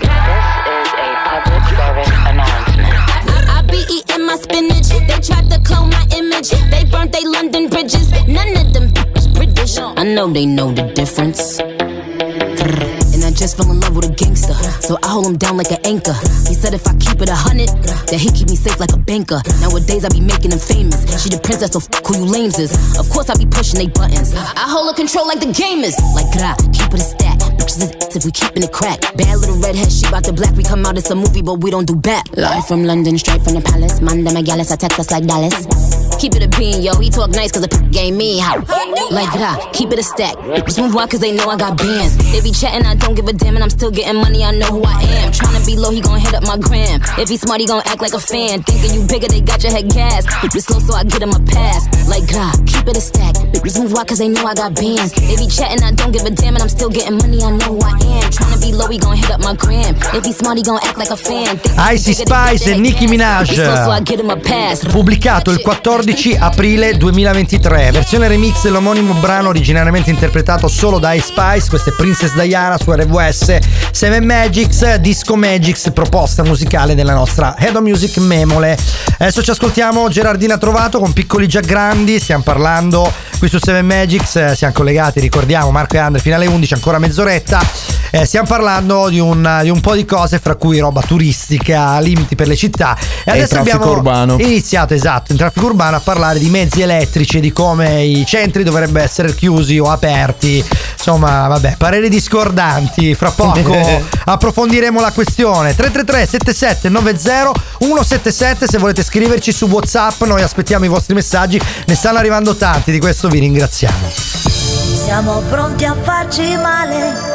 I be eating my spinach. They tried to clone my image. They burnt they London bridges. None of them British. I know they know the difference. And I just fell in love with a gangster, so I hold him down like an anchor. He said if I keep it 100, that he keep me safe like a banker. Nowadays I be making him famous. She the princess, so who you lames is. Of course I be pushing they buttons. I hold her control like the gamers. Like keep it a stack. Bitches is if we keepin' it crack. Bad little redhead, she bout the black. We come out, it's a movie, but we don't do back. Live from London, straight from the palace. Manda Megalis, I text us like Dallas. Keep it a bean, yo. He talk nice cause the game me how. Like keep it a stack. Bitches move on cause they know I got bands. They be chatting, I don't give a damn, and I'm still getting money, I know who I am. Tryna be low, he gon' hit up my gram. If he smart, he gon' act like a fan. Thinking you bigger, they got your head gas. Bitches slow, so I get him a pass. Like keep it a stack. Bitches move on cause they know I got bands. They be chatting, I don't give a damn, and I'm still getting money, I know who I am. Tryna be low, he gon' hit up my gram. If he smart, he gon' act like a fan. Ice Spice e Nicki Minaj, pubblicato il 14 aprile 2023, versione remix dell'omonimo brano originariamente interpretato solo da Ice Spice. Questa è Princess Diana su RWS 7 Magics, Disco Magics, proposta musicale della nostra Head of Music Memole. Adesso ci ascoltiamo Gerardina Trovato con Piccoli Già Grandi. Stiamo parlando qui su 7 Magics, siamo collegati, ricordiamo, Marco e Andre fino alle 11, ancora mezz'oretta. Stiamo parlando di un po' di cose, fra cui roba turistica, limiti per le città, e adesso abbiamo iniziato in traffico urbano a parlare di mezzi elettrici e di come i centri dovrebbero essere chiusi o aperti. Insomma, vabbè, pareri discordanti. Fra poco approfondiremo la questione. 333 77 90 177 se volete scriverci su WhatsApp, noi aspettiamo i vostri messaggi, ne stanno arrivando tanti, di questo vi ringraziamo. Siamo pronti a farci male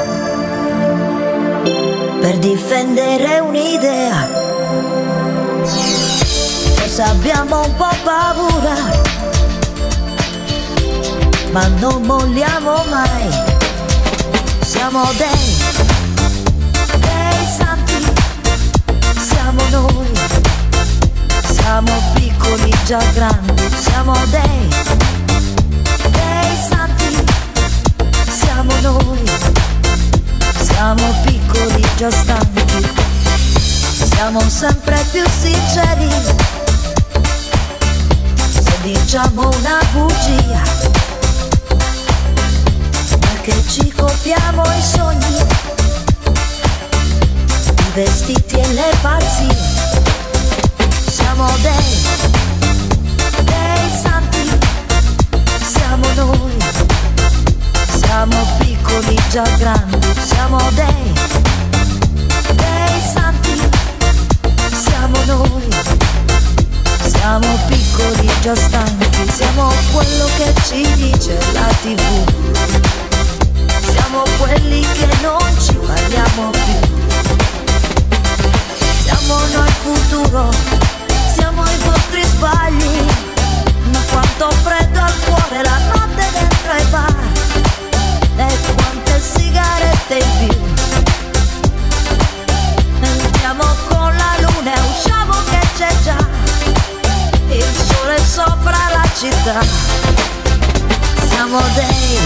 per difendere un'idea. Forse abbiamo un po' paura, ma non molliamo mai. Siamo dei santi, siamo noi. Siamo piccoli già grandi, siamo dei santi, siamo noi. Siamo piccoli già stanchi, siamo sempre più sinceri. Se diciamo una bugia, perché ci copiamo i sogni, i vestiti e le pazzie. Siamo dei santi, siamo già grandi, siamo dei santi, siamo noi, siamo piccoli già stanchi, siamo quello che ci dice la TV, siamo quelli che non ci parliamo più, siamo noi il futuro, siamo i vostri sbagli, ma quanto freddo al cuore la notte dentro ai bar, e quante sigarette in più, entriamo con la luna e usciamo che c'è già il sole sopra la città, siamo dei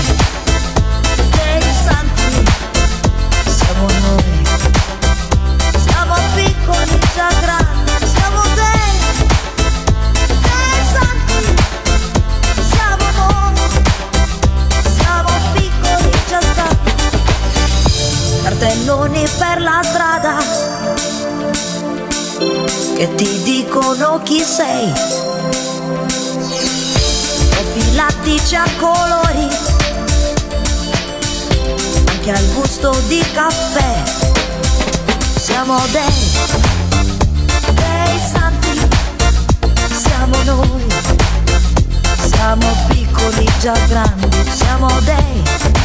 santi, siamo noi, siamo piccoli già grandi, siamo dei santi, siamo noi, siamo piccoli già stanchi, cartelloni per la strada che ti dicono chi sei, profilatici a colori, anche al gusto di caffè, siamo dei santi, siamo noi, siamo piccoli già grandi, siamo dei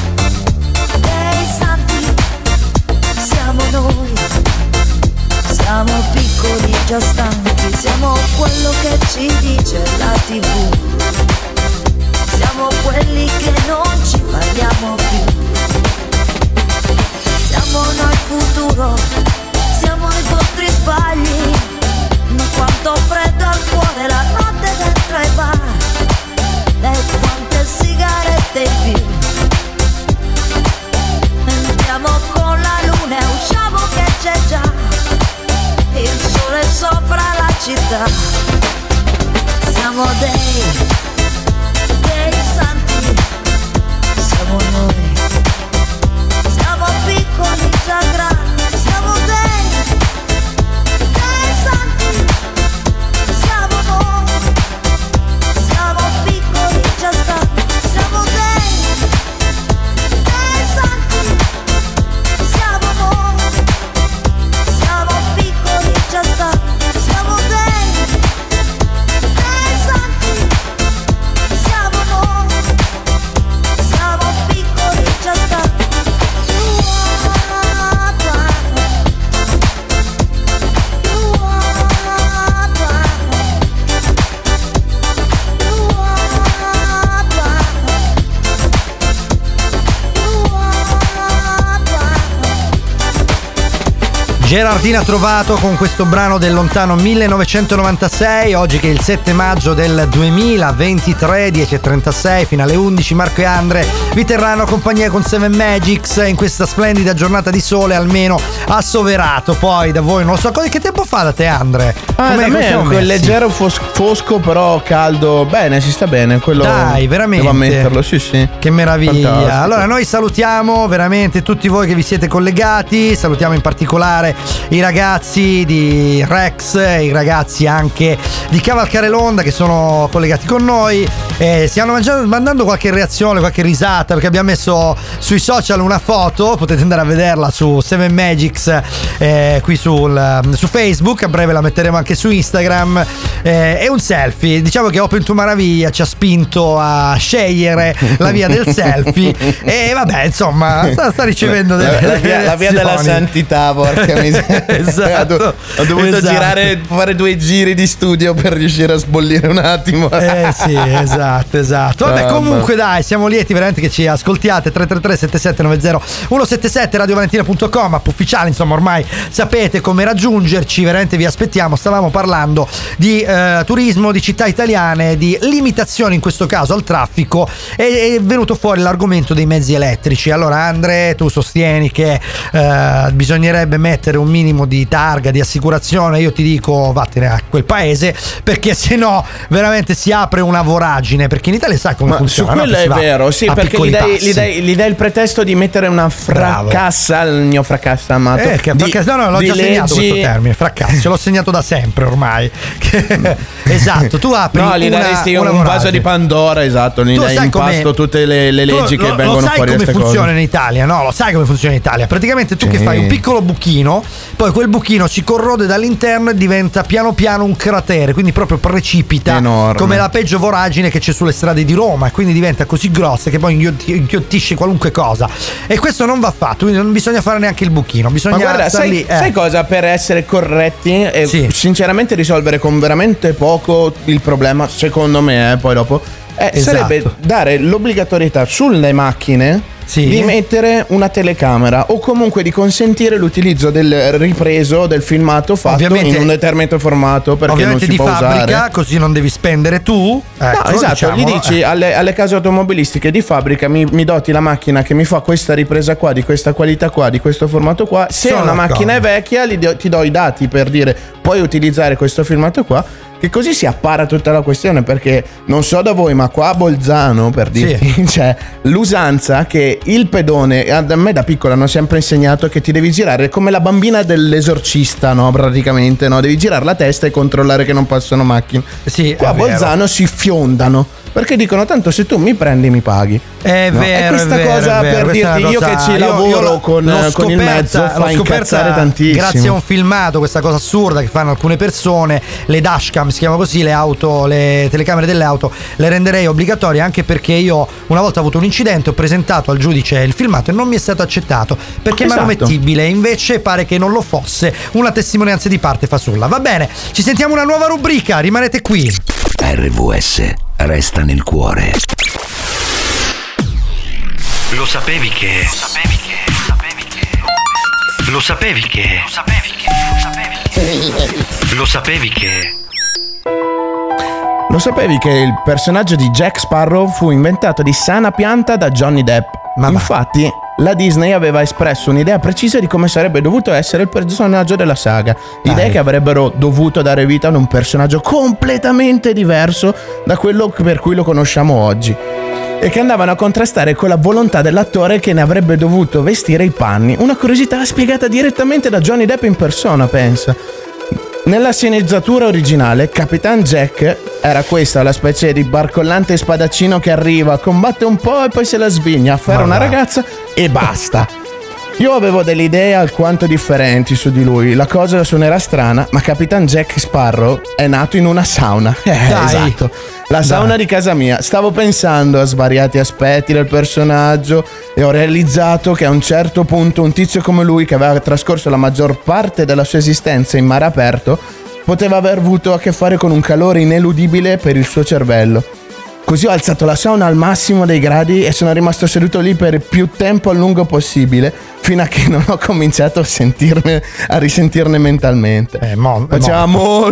santi, siamo noi, siamo piccoli già stanchi, siamo quello che ci dice la TV, siamo quelli che non ci parliamo più, siamo noi il futuro, siamo i vostri sbagli, ma quanto freddo al cuore la notte dentro ai bar, e quante sigarette in più, entriamo con la luna e usciamo che c'è già il sole sopra la città, siamo dei santi, siamo noi, siamo piccoli già grandi, siamo dei santi, siamo noi, siamo piccoli già stanchi, siamo dei santi, siamo noi, siamo piccoli già stanchi, siamo dei santi, siamo noi, siamo piccoli già stanchi. Gerardina Trovato con questo brano del lontano 1996, oggi che è il 7 maggio del 2023, 10:36 fino alle 11. Marco e Andre vi terranno compagnia con Seven Magics in questa splendida giornata di sole, almeno a Soverato. Poi da voi non lo so, che tempo fa da te, Andre? Da me è quel leggero fosco però caldo, bene, si sta bene, quello. Dai, veramente, devo ammetterlo, sì. Che meraviglia. Fantastico. Allora noi salutiamo veramente tutti voi che vi siete collegati, salutiamo in particolare i ragazzi di Rex, i ragazzi anche di Cavalcare l'Onda che sono collegati con noi, stiamo mandando qualche reazione, qualche risata, perché abbiamo messo sui social una foto, potete andare a vederla su Seven Magics qui su Facebook, a breve la metteremo anche su Instagram, è un selfie, diciamo che Open to Maraviglia ci ha spinto a scegliere la via del selfie e vabbè, insomma sta ricevendo delle la via della santità, porca miseria. Esatto, ho dovuto girare, fare 2 giri di studio per riuscire a sbollire un attimo. Sì, esatto. Vabbè, comunque dai, siamo lieti veramente che ci ascoltiate. 333 7790 177 radiovalentina.com, app ufficiale, insomma ormai sapete come raggiungerci, veramente vi aspettiamo. Stavamo parlando di turismo, di città italiane, di limitazioni in questo caso al traffico, è venuto fuori l'argomento dei mezzi elettrici. Allora Andre, tu sostieni che bisognerebbe mettere un minimo di targa, di assicurazione. Io ti dico vattene a quel paese, perché se no veramente si apre una voragine. voragine, perché in Italia sai come funziona. Su quello no? è vero, sì, perché gli dai il pretesto di mettere una fracassa, il mio fracassa amato. No, l'ho già segnato questo termine, fracasso, ce l'ho segnato da sempre ormai. Esatto, tu apri gli daresti un vaso di Pandora, esatto, gli dai in pasto tutte le leggi che vengono fuori da queste cose. Lo sai come funziona in Italia, no? Lo sai come funziona in Italia. Praticamente tu che fai un piccolo buchino, poi quel buchino si corrode dall'interno e diventa piano piano un cratere, quindi proprio precipita. Enorme. Come la peggio voragine che c'è sulle strade di Roma, e quindi diventa così grossa che poi inchiottisce qualunque cosa. E questo non va fatto, quindi non bisogna fare neanche il buchino, bisogna. Ma guarda, sai cosa? Per essere corretti e sinceramente risolvere con veramente poco il problema, secondo me, poi dopo sarebbe dare l'obbligatorietà sulle macchine di mettere una telecamera, o comunque di consentire l'utilizzo del ripreso del filmato fatto in un determinato formato, perché ovviamente non si di può fabbrica usare. Così non devi spendere tu. No, esatto, gli dici alle case automobilistiche di fabbrica mi doti la macchina che mi fa questa ripresa qua, di questa qualità qua, di questo formato qua. Se una macchina è vecchia ti do i dati per dire puoi utilizzare questo filmato qua, che così si appara tutta la questione, perché non so da voi, ma qua a Bolzano, per dirti, c'è l'usanza che il pedone, a me da piccola hanno sempre insegnato che ti devi girare come la bambina dell'esorcista, no? Praticamente, no? Devi girare la testa e controllare che non passano macchine. Qua a Bolzano si fiondano, perché dicono tanto se tu mi prendi mi paghi. È vero, e questa cosa per dirti, io che ci lavoro con il mezzo fa incazzare tantissimo. Grazie a un filmato, questa cosa assurda che fanno alcune persone, le dashcam si chiama così, le telecamere delle auto, le renderei obbligatorie, anche perché io una volta ho avuto un incidente, ho presentato al giudice il filmato e non mi è stato accettato perché è manomettibile, invece pare che non lo fosse. Una testimonianza di parte fasulla. Va bene, ci sentiamo una nuova rubrica, rimanete qui. RVS resta nel cuore. Lo sapevi che il personaggio di Jack Sparrow fu inventato di sana pianta da Johnny Depp. Infatti la Disney aveva espresso un'idea precisa di come sarebbe dovuto essere il personaggio della saga, idee che avrebbero dovuto dare vita ad un personaggio completamente diverso da quello per cui lo conosciamo oggi, e che andavano a contrastare con la volontà dell'attore che ne avrebbe dovuto vestire i panni. Una curiosità spiegata direttamente da Johnny Depp in persona, pensa. Nella sceneggiatura originale, Capitan Jack era questa, la specie di barcollante spadaccino che arriva, combatte un po' e poi se la svigna, afferra una ragazza e basta. Io avevo delle idee alquanto differenti su di lui. La cosa suonerà strana, ma Capitan Jack Sparrow è nato in una sauna. Esatto, la sauna di casa mia. Stavo pensando a svariati aspetti del personaggio e ho realizzato che a un certo punto un tizio come lui, che aveva trascorso la maggior parte della sua esistenza in mare aperto, poteva aver avuto a che fare con un calore ineludibile per il suo cervello. Così ho alzato la sauna al massimo dei gradi e sono rimasto seduto lì per più tempo a lungo possibile, fino a che non ho cominciato a risentirne mentalmente. Faceva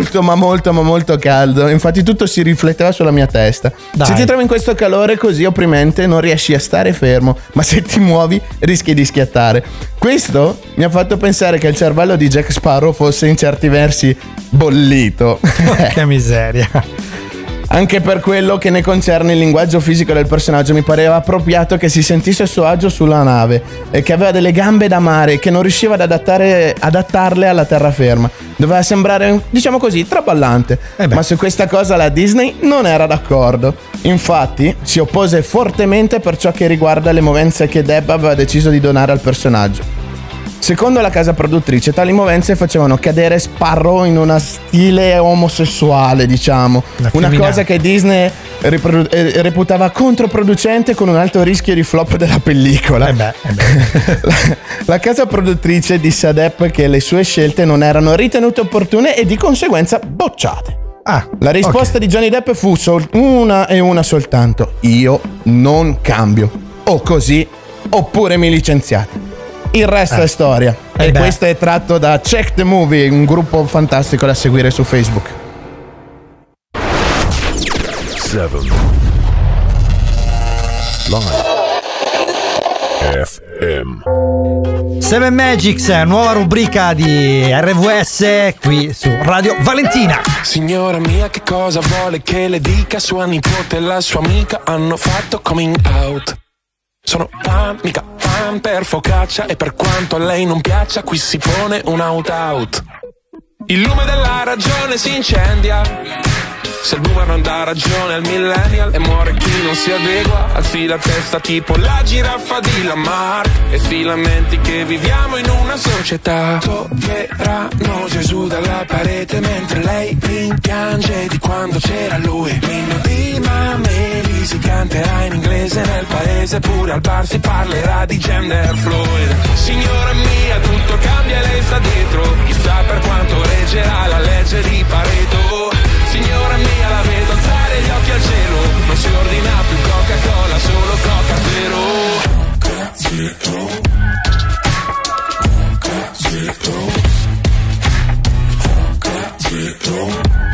molto caldo, infatti tutto si rifletteva sulla mia testa. Se ti trovi in questo calore così opprimente non riesci a stare fermo, ma se ti muovi rischi di schiattare. Questo mi ha fatto pensare che il cervello di Jack Sparrow fosse in certi versi bollito. Che miseria. Anche per quello che ne concerne il linguaggio fisico del personaggio, mi pareva appropriato che si sentisse a suo agio sulla nave e che aveva delle gambe da mare che non riusciva ad adattarle alla terraferma. Doveva sembrare, diciamo così, traballante. Ma su questa cosa la Disney non era d'accordo. Infatti si oppose fortemente per ciò che riguarda le movenze che Depp aveva deciso di donare al personaggio. Secondo la casa produttrice, tali movenze facevano cadere Sparrow in uno stile omosessuale, diciamo. Una cosa che Disney reputava controproducente, con un alto rischio di flop della pellicola. La casa produttrice disse a Depp che le sue scelte non erano ritenute opportune e di conseguenza bocciate. La risposta di Johnny Depp fu una soltanto: io non cambio. O così, oppure mi licenziate. Il resto è storia. Questo è tratto da Check the Movie, un gruppo fantastico da seguire su Facebook. 7 Live FM. Seven Magics, nuova rubrica di RVS qui su Radio Valentina. Signora mia, che cosa vuole che le dica? Sua nipote e la sua amica hanno fatto coming out. Sono mica pan per focaccia, e per quanto a lei non piaccia, qui si pone un out. Il lume della ragione si incendia. Se il boomer non dà ragione al millennial, e muore chi non si adegua, alzi la testa tipo la giraffa di Lamarck. E filamenti che viviamo in una società. Toglieranno Gesù dalla parete mentre lei rimpiange di quando c'era lui. L'inno di Mameli si canterà in inglese nel paese, pure al bar si parlerà di gender fluid. Signora mia, tutto cambia e lei sta dietro, chissà per quanto reggerà la legge di Pareto. Signora mia, la vedo alzare gli occhi al cielo, non si ordina più Coca-Cola, solo Coca Zero. Coca Zero. Coca Zero. Coca Zero.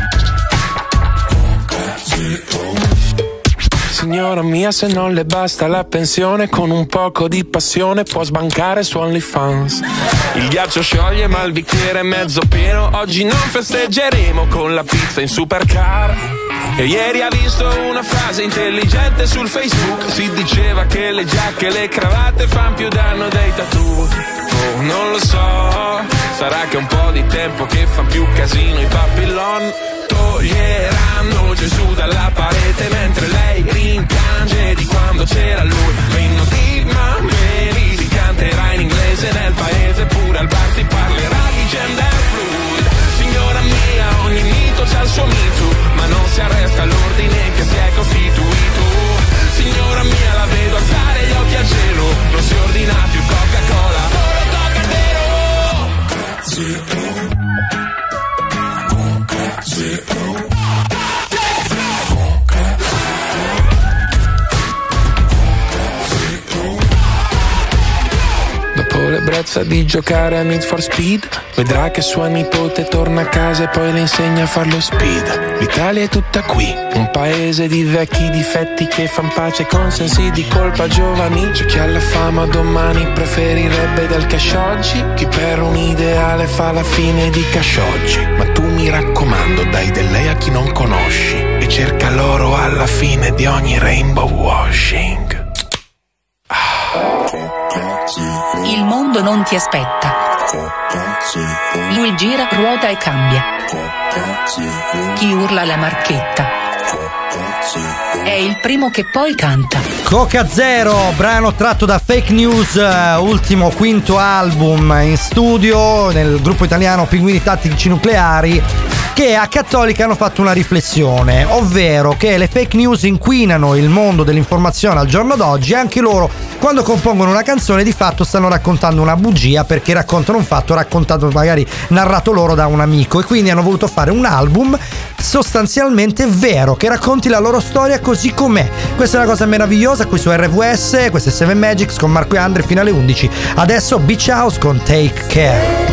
Coca Zero. Signora mia, se non le basta la pensione, con un poco di passione può sbancare su OnlyFans. Il ghiaccio scioglie ma il bicchiere è mezzo pieno, oggi non festeggeremo con la pizza in supercar. E ieri ha visto una frase intelligente sul Facebook, si diceva che le giacche e le cravatte fan più danno dei tattoo. Oh, non lo so, sarà che un po' di tempo che fan più casino i Babylon. Toglieranno Gesù dalla parete mentre lei rimpiange di quando c'era lui. L'inno di Mameli si canterà in inglese nel paese, pure al bar si parlerà di gender fluid. Signora mia, ogni mito c'ha il suo mito, ma non si arresta l'ordine che si è costituito. Signora mia, la vedo alzare gli occhi al cielo, non si ordina più Coca-Cola, solo Coca Zero. Dopo l'ebbrezza di giocare a Need for Speed, vedrà che sua nipote torna a casa e poi le insegna a farlo speed. L'Italia è tutta qui, un paese di vecchi difetti che fan pace con sensi di colpa giovani. C'è chi alla fama domani preferirebbe del cash oggi, chi per un ideale fa la fine di cash oggi. Ma tu, mi raccomando, dai del lei a chi non conosci e cerca l'oro alla fine di ogni rainbow washing. Il mondo non ti aspetta. Lui gira, ruota e cambia. Chi urla la marchetta è il primo che poi canta. Coca Zero, brano tratto da Fake News, ultimo quinto album in studio nel gruppo italiano Pinguini Tattici Nucleari, che a Cattolica hanno fatto una riflessione, ovvero che le fake news inquinano il mondo dell'informazione al giorno d'oggi, e anche loro quando compongono una canzone di fatto stanno raccontando una bugia, perché raccontano un fatto raccontato, magari narrato loro da un amico, e quindi hanno voluto fare un album sostanzialmente vero che racconti la loro storia così com'è. Questa è una cosa meravigliosa qui su RVS. Questo è Seven Magics con Marco e Andre fino alle 11. Adesso Beach House con Take Care.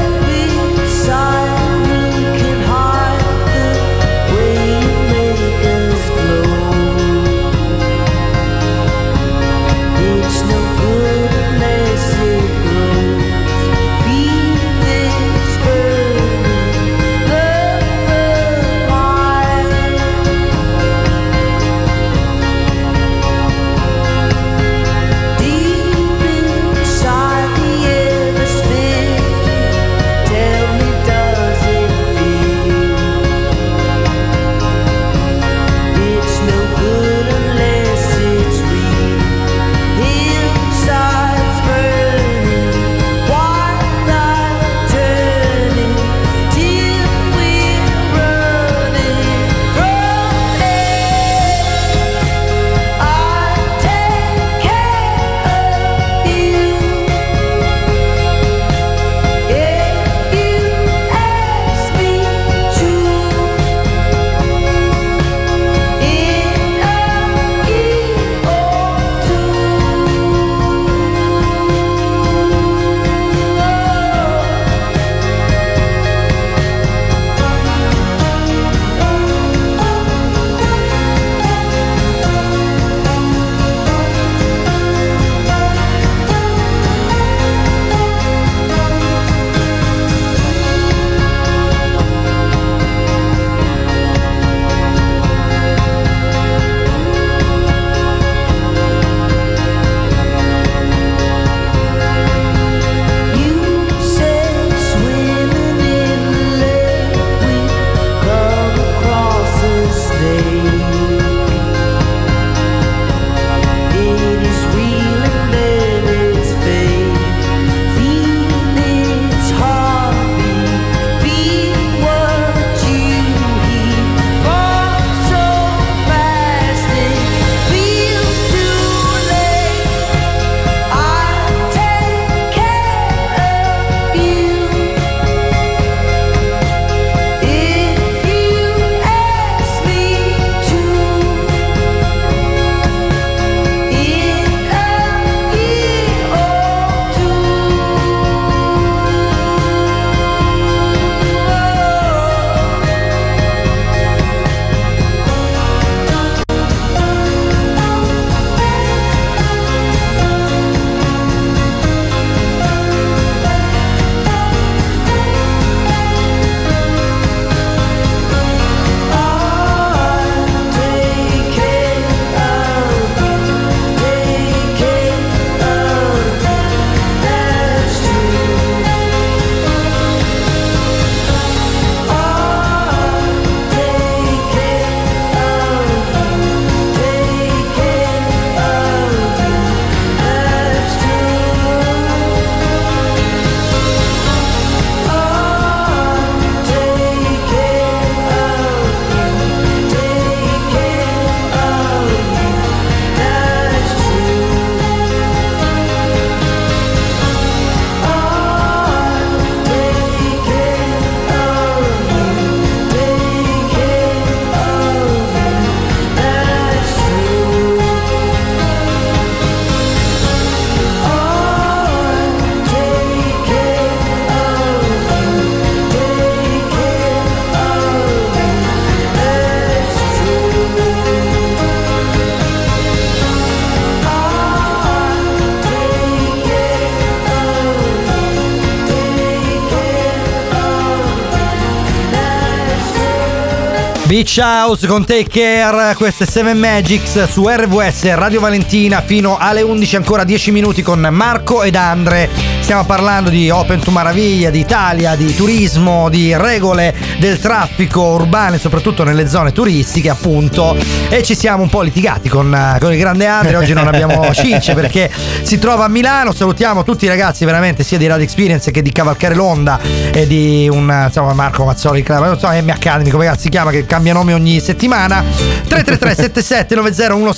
Beach House con Take Care, questo è Seven Magics su RVS Radio Valentina fino alle 11, ancora 10 minuti con Marco ed Andre. Stiamo parlando di Open to Maraviglia, di Italia, di turismo, di regole del traffico urbano e soprattutto nelle zone turistiche, appunto. E ci siamo un po' litigati con il grande Andre. Oggi non abbiamo Cince perché si trova a Milano. Salutiamo tutti i ragazzi veramente sia di Radio Experience che di Cavalcare l'Onda e di Marco Mazzoli, non so, M Academy, come si chiama, che cambia nome ogni settimana. 333 77 90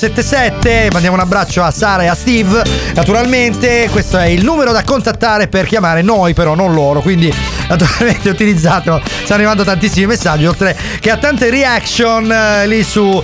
177. Mandiamo un abbraccio a Sara e a Steve. Naturalmente questo è il numero da contattare per chiamare noi, però non loro, quindi naturalmente utilizzato. Stanno arrivando tantissimi messaggi, oltre che a tante reaction lì su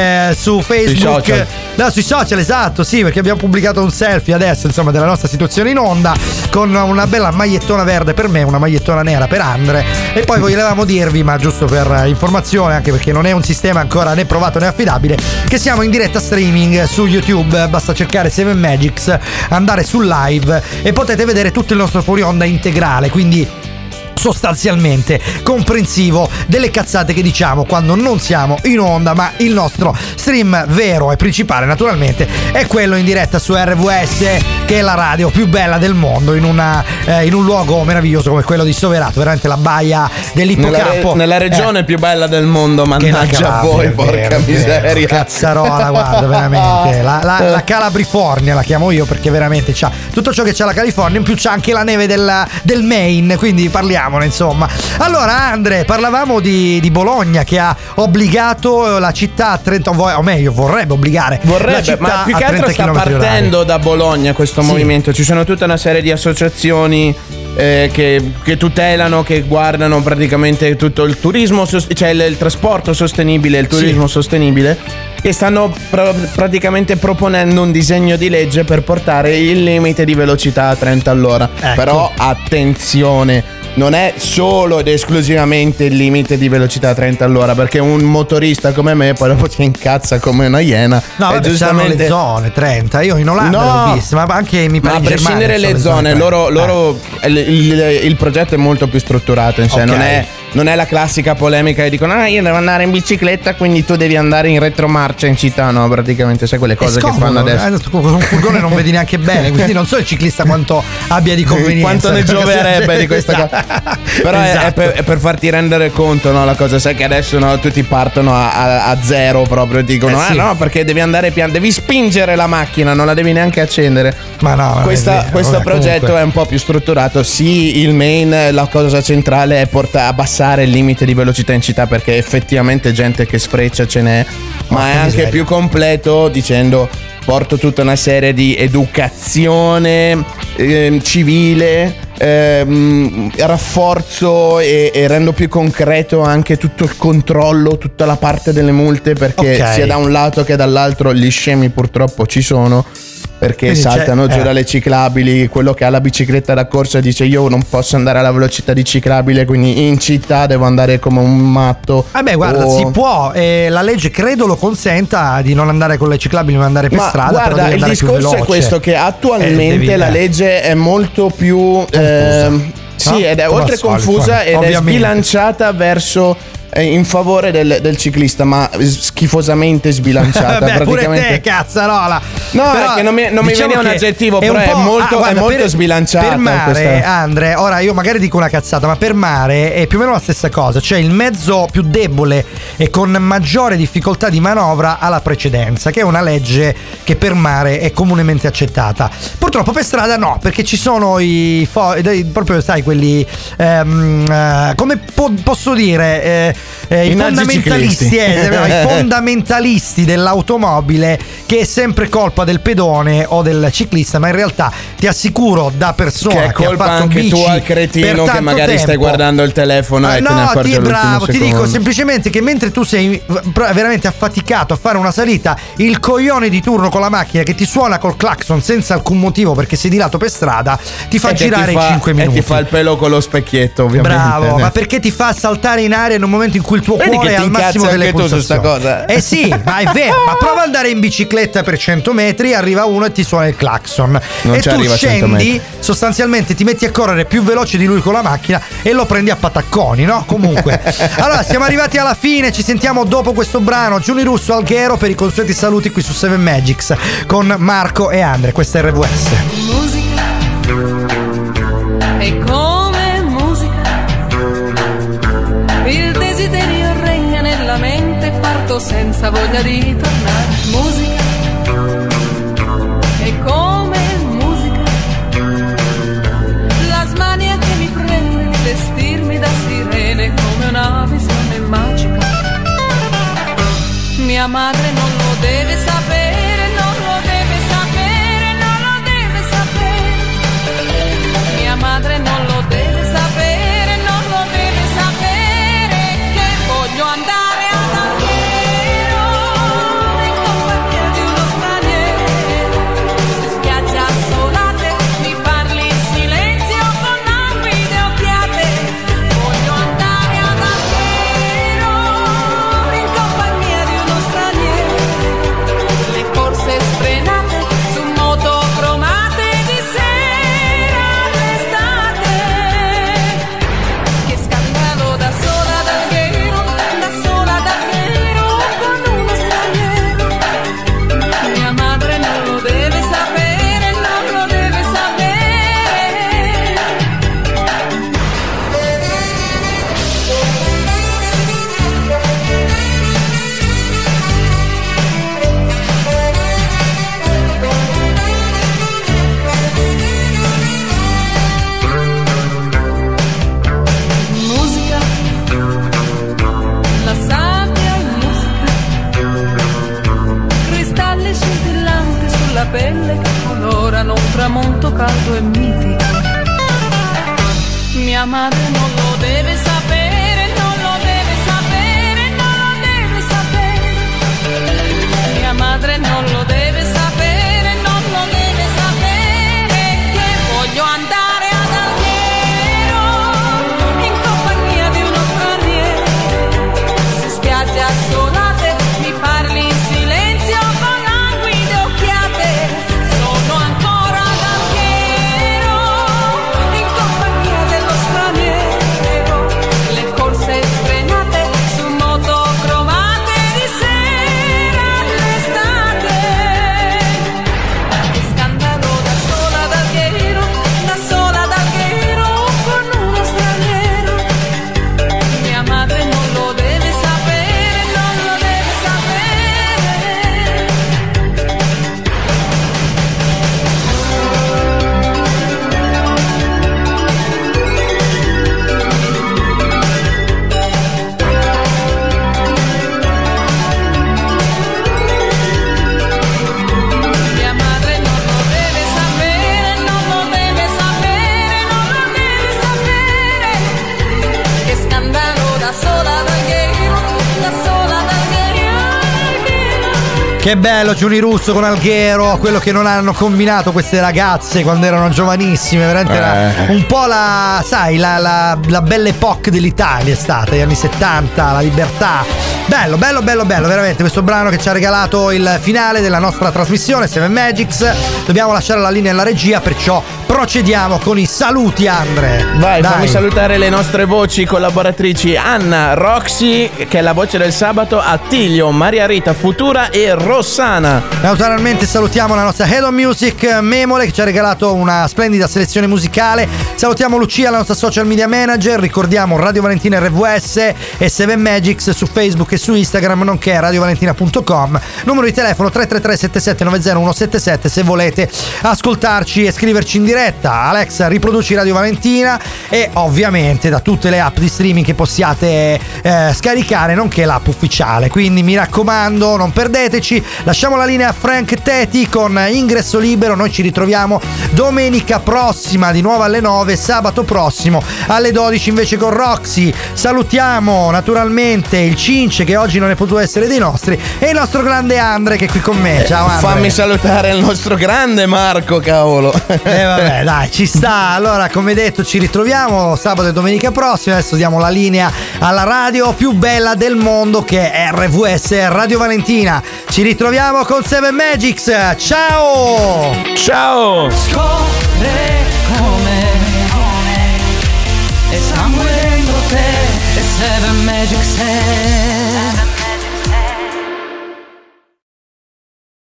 Facebook, sui social, esatto, sì, perché abbiamo pubblicato un selfie adesso, insomma, della nostra situazione in onda con una bella magliettona verde per me, una magliettona nera per Andre, e poi volevamo dirvi, ma giusto per informazione, anche perché non è un sistema ancora né provato né affidabile, che siamo in diretta streaming su YouTube. Basta cercare Seven Magics, andare sul live e potete vedere tutto il nostro fuori onda integrale, quindi sostanzialmente comprensivo delle cazzate che diciamo quando non siamo in onda, ma il nostro stream vero e principale naturalmente è quello in diretta su RVS, che è la radio più bella del mondo, in un luogo meraviglioso come quello di Soverato, veramente la baia dell'Ippocampo, nella regione più bella del mondo, mannaggia a voi, porca miseria, cazzarola, guarda, veramente la Calabrifornia la chiamo io, perché veramente c'ha tutto ciò che c'ha la California, in più c'ha anche la neve del Maine, quindi parliamo, insomma. Allora Andre, parlavamo di Bologna che ha obbligato la città a 30, o meglio vorrebbe obbligare la città, ma più che altro sta partendo da Bologna questo movimento. Ci sono tutta una serie di associazioni che tutelano, che guardano praticamente tutto il turismo, cioè il trasporto sostenibile, il turismo sostenibile, che stanno praticamente proponendo un disegno di legge per portare il limite di velocità a 30 all'ora. Ecco. Però attenzione, non è solo ed esclusivamente il limite di velocità a 30 all'ora, perché un motorista come me poi dopo si incazza come una iena. No, vabbè, giustamente le zone 30. Io in Olanda l'ho visto, ma anche mi pare in Germania. Ma a prescindere le zone, loro il progetto è molto più strutturato in sé, okay. Non è la classica polemica che dicono io devo andare in bicicletta quindi tu devi andare in retromarcia in città. No, praticamente sai quelle cose che fanno adesso. Con un furgone non vedi neanche bene, quindi non so il ciclista quanto abbia di convenienza, quanto ne gioverebbe di questa cosa. Però esatto. è per farti rendere conto, no, la cosa. Sai che adesso tutti partono a zero proprio, dicono sì. No, perché devi andare piano, devi spingere la macchina, non la devi neanche accendere. Ma no, questo progetto comunque è un po' più strutturato. Sì, il main, la cosa centrale è abbassare il limite di velocità in città, perché effettivamente gente che sfreccia ce n'è, ma è anche più completo dicendo porto tutta una serie di educazione civile, rafforzo e rendo più concreto anche tutto il controllo, tutta la parte delle multe, perché sia da un lato che dall'altro gli scemi purtroppo ci sono, perché quindi saltano giù dalle ciclabili. Quello che ha la bicicletta da corsa dice io non posso andare alla velocità di ciclabile, quindi in città devo andare come un matto. Vabbè, guarda, si può, la legge credo lo consenta di non andare con le ciclabili, ma andare per strada. Guarda, il discorso è questo, che attualmente la legge è molto più sì, ed è oltre confusa ed è sbilanciata verso in favore del ciclista, ma schifosamente sbilanciata. Beh, praticamente pure te, cazzarola. No, però, perché non mi veniva un aggettivo, però è molto sbilanciata. Per mare, Andre, ora io magari dico una cazzata, ma per mare è più o meno la stessa cosa, cioè il mezzo più debole e con maggiore difficoltà di manovra ha la precedenza, che è una legge che per mare è comunemente accettata. Purtroppo per strada no, perché ci sono proprio sai quelli come posso dire i fondamentalisti, i fondamentalisti dell'automobile, che è sempre colpa del pedone o del ciclista, ma in realtà ti assicuro da persona che è colpa ha fatto anche tu al cretino che magari tempo, stai guardando il telefono e te ne accorgi bravo, ti dico semplicemente che mentre tu sei veramente affaticato a fare una salita, il coglione di turno con la macchina che ti suona col clacson senza alcun motivo perché sei di lato per strada ti fa girare i 5 minuti e ti fa il pelo con lo specchietto, ovviamente. Bravo, ma perché ti fa saltare in aria in un momento momento in cui il tuo Vedi cuore che è ti al massimo incazzi delle anche tu su sta pulsazioni. cosa. Sì, ma è vero. Ma prova ad andare in bicicletta per 100 metri, arriva uno e ti suona il clacson. Non e ci tu arriva a 100 scendi, metri. sostanzialmente ti metti a correre più veloce di lui con la macchina e lo prendi a patacconi, no? Comunque. Allora, siamo arrivati alla fine, ci sentiamo dopo questo brano. Giuni Russo, Alghero per i consueti saluti qui su 7 Magics con Marco e Andre. Questa è RVS. Musica è come musica, il desiderio regna nella mente, parto senza voglia di tornare. Musica è come musica, la smania che mi prende di vestirmi da sirene come una visione magica. Mia madre non lo deve sapere, non lo deve sapere, non lo deve sapere. Mia madre non lo deve sapere, non lo deve sapere, che voglio andare ad Alghero in compagnia di uno straniero. Si spiagge assolate, mi parli in silenzio con languide occhiate. Voglio andare ad Alghero in compagnia di uno straniero. Le corse sfrenate su moto cromate di sera all'estate. Che scandalo, da sola ad Alghero con uno straniero. Mia madre non lo deve sapere, non lo deve sapere. Musica, la sabbia è musica, cristalli scintillanti sulla pelle che colorano un tramonto caldo e mitico. Mia madre non lo deve sapere, non lo deve sapere, non lo deve sapere. Mia madre non lo deve sapere, non lo deve sapere, che voglio andare ad Alghero in compagnia di uno straniero. Su spiagge assolate, mi parli in silenzio con languide occhiate. Sono ancora ad Alghero in compagnia dello straniero. Le corse sfrenate su moto cromate di sera all'estate. Che scandalo, da sola ad Alghero con uno straniero. Mia madre non lo deve sapere, non lo deve sapere. Mia madre non lo deve sapere, non lo deve sapere, non lo deve sapere. Che scandalo, da sola ad Alghero, da sola ad Alghero. Che bello Giuni Russo con Alghero, quello che non hanno combinato queste ragazze quando erano giovanissime, veramente era un po' la, sai, la belle époque dell'Italia è stata, gli anni 70, la libertà. Bello, veramente questo brano che ci ha regalato il finale della nostra trasmissione 7 Magics. Dobbiamo lasciare la linea alla regia, perciò procediamo con i saluti, Andre. Vai, fammi salutare le nostre voci collaboratrici: Anna, Roxy, che è la voce del sabato, Attilio, Maria Rita, Futura e Rossana. Naturalmente salutiamo la nostra Head on Music, Memole, che ci ha regalato una splendida selezione musicale. Salutiamo Lucia, la nostra social media manager. Ricordiamo Radio Valentina RVS e 7 Magics su Facebook e su Instagram, nonché radiovalentina.com. Numero di telefono 333 7790 177 se volete ascoltarci e scriverci in diretta. Alexa, riproduci Radio Valentina, e ovviamente da tutte le app di streaming che possiate scaricare, nonché l'app ufficiale. Quindi mi raccomando, non perdeteci. Lasciamo la linea a Frank Teti con Ingresso Libero. Noi ci ritroviamo domenica prossima di nuovo alle 9, sabato prossimo alle 12 invece con Roxy. Salutiamo naturalmente il Cince, che oggi non è potuto essere dei nostri, e il nostro grande Andre, che è qui con me. Ciao Andre. Fammi salutare il nostro grande Marco, cavolo. Vabbè, dai, ci sta. Allora, come detto, ci ritroviamo sabato e domenica prossima. Adesso diamo la linea alla radio più bella del mondo che è RVS Radio Valentina. Ci ritroviamo con Seven Magics. Ciao! Ciao! Scorre come e sangue dentro te e Seven Magics è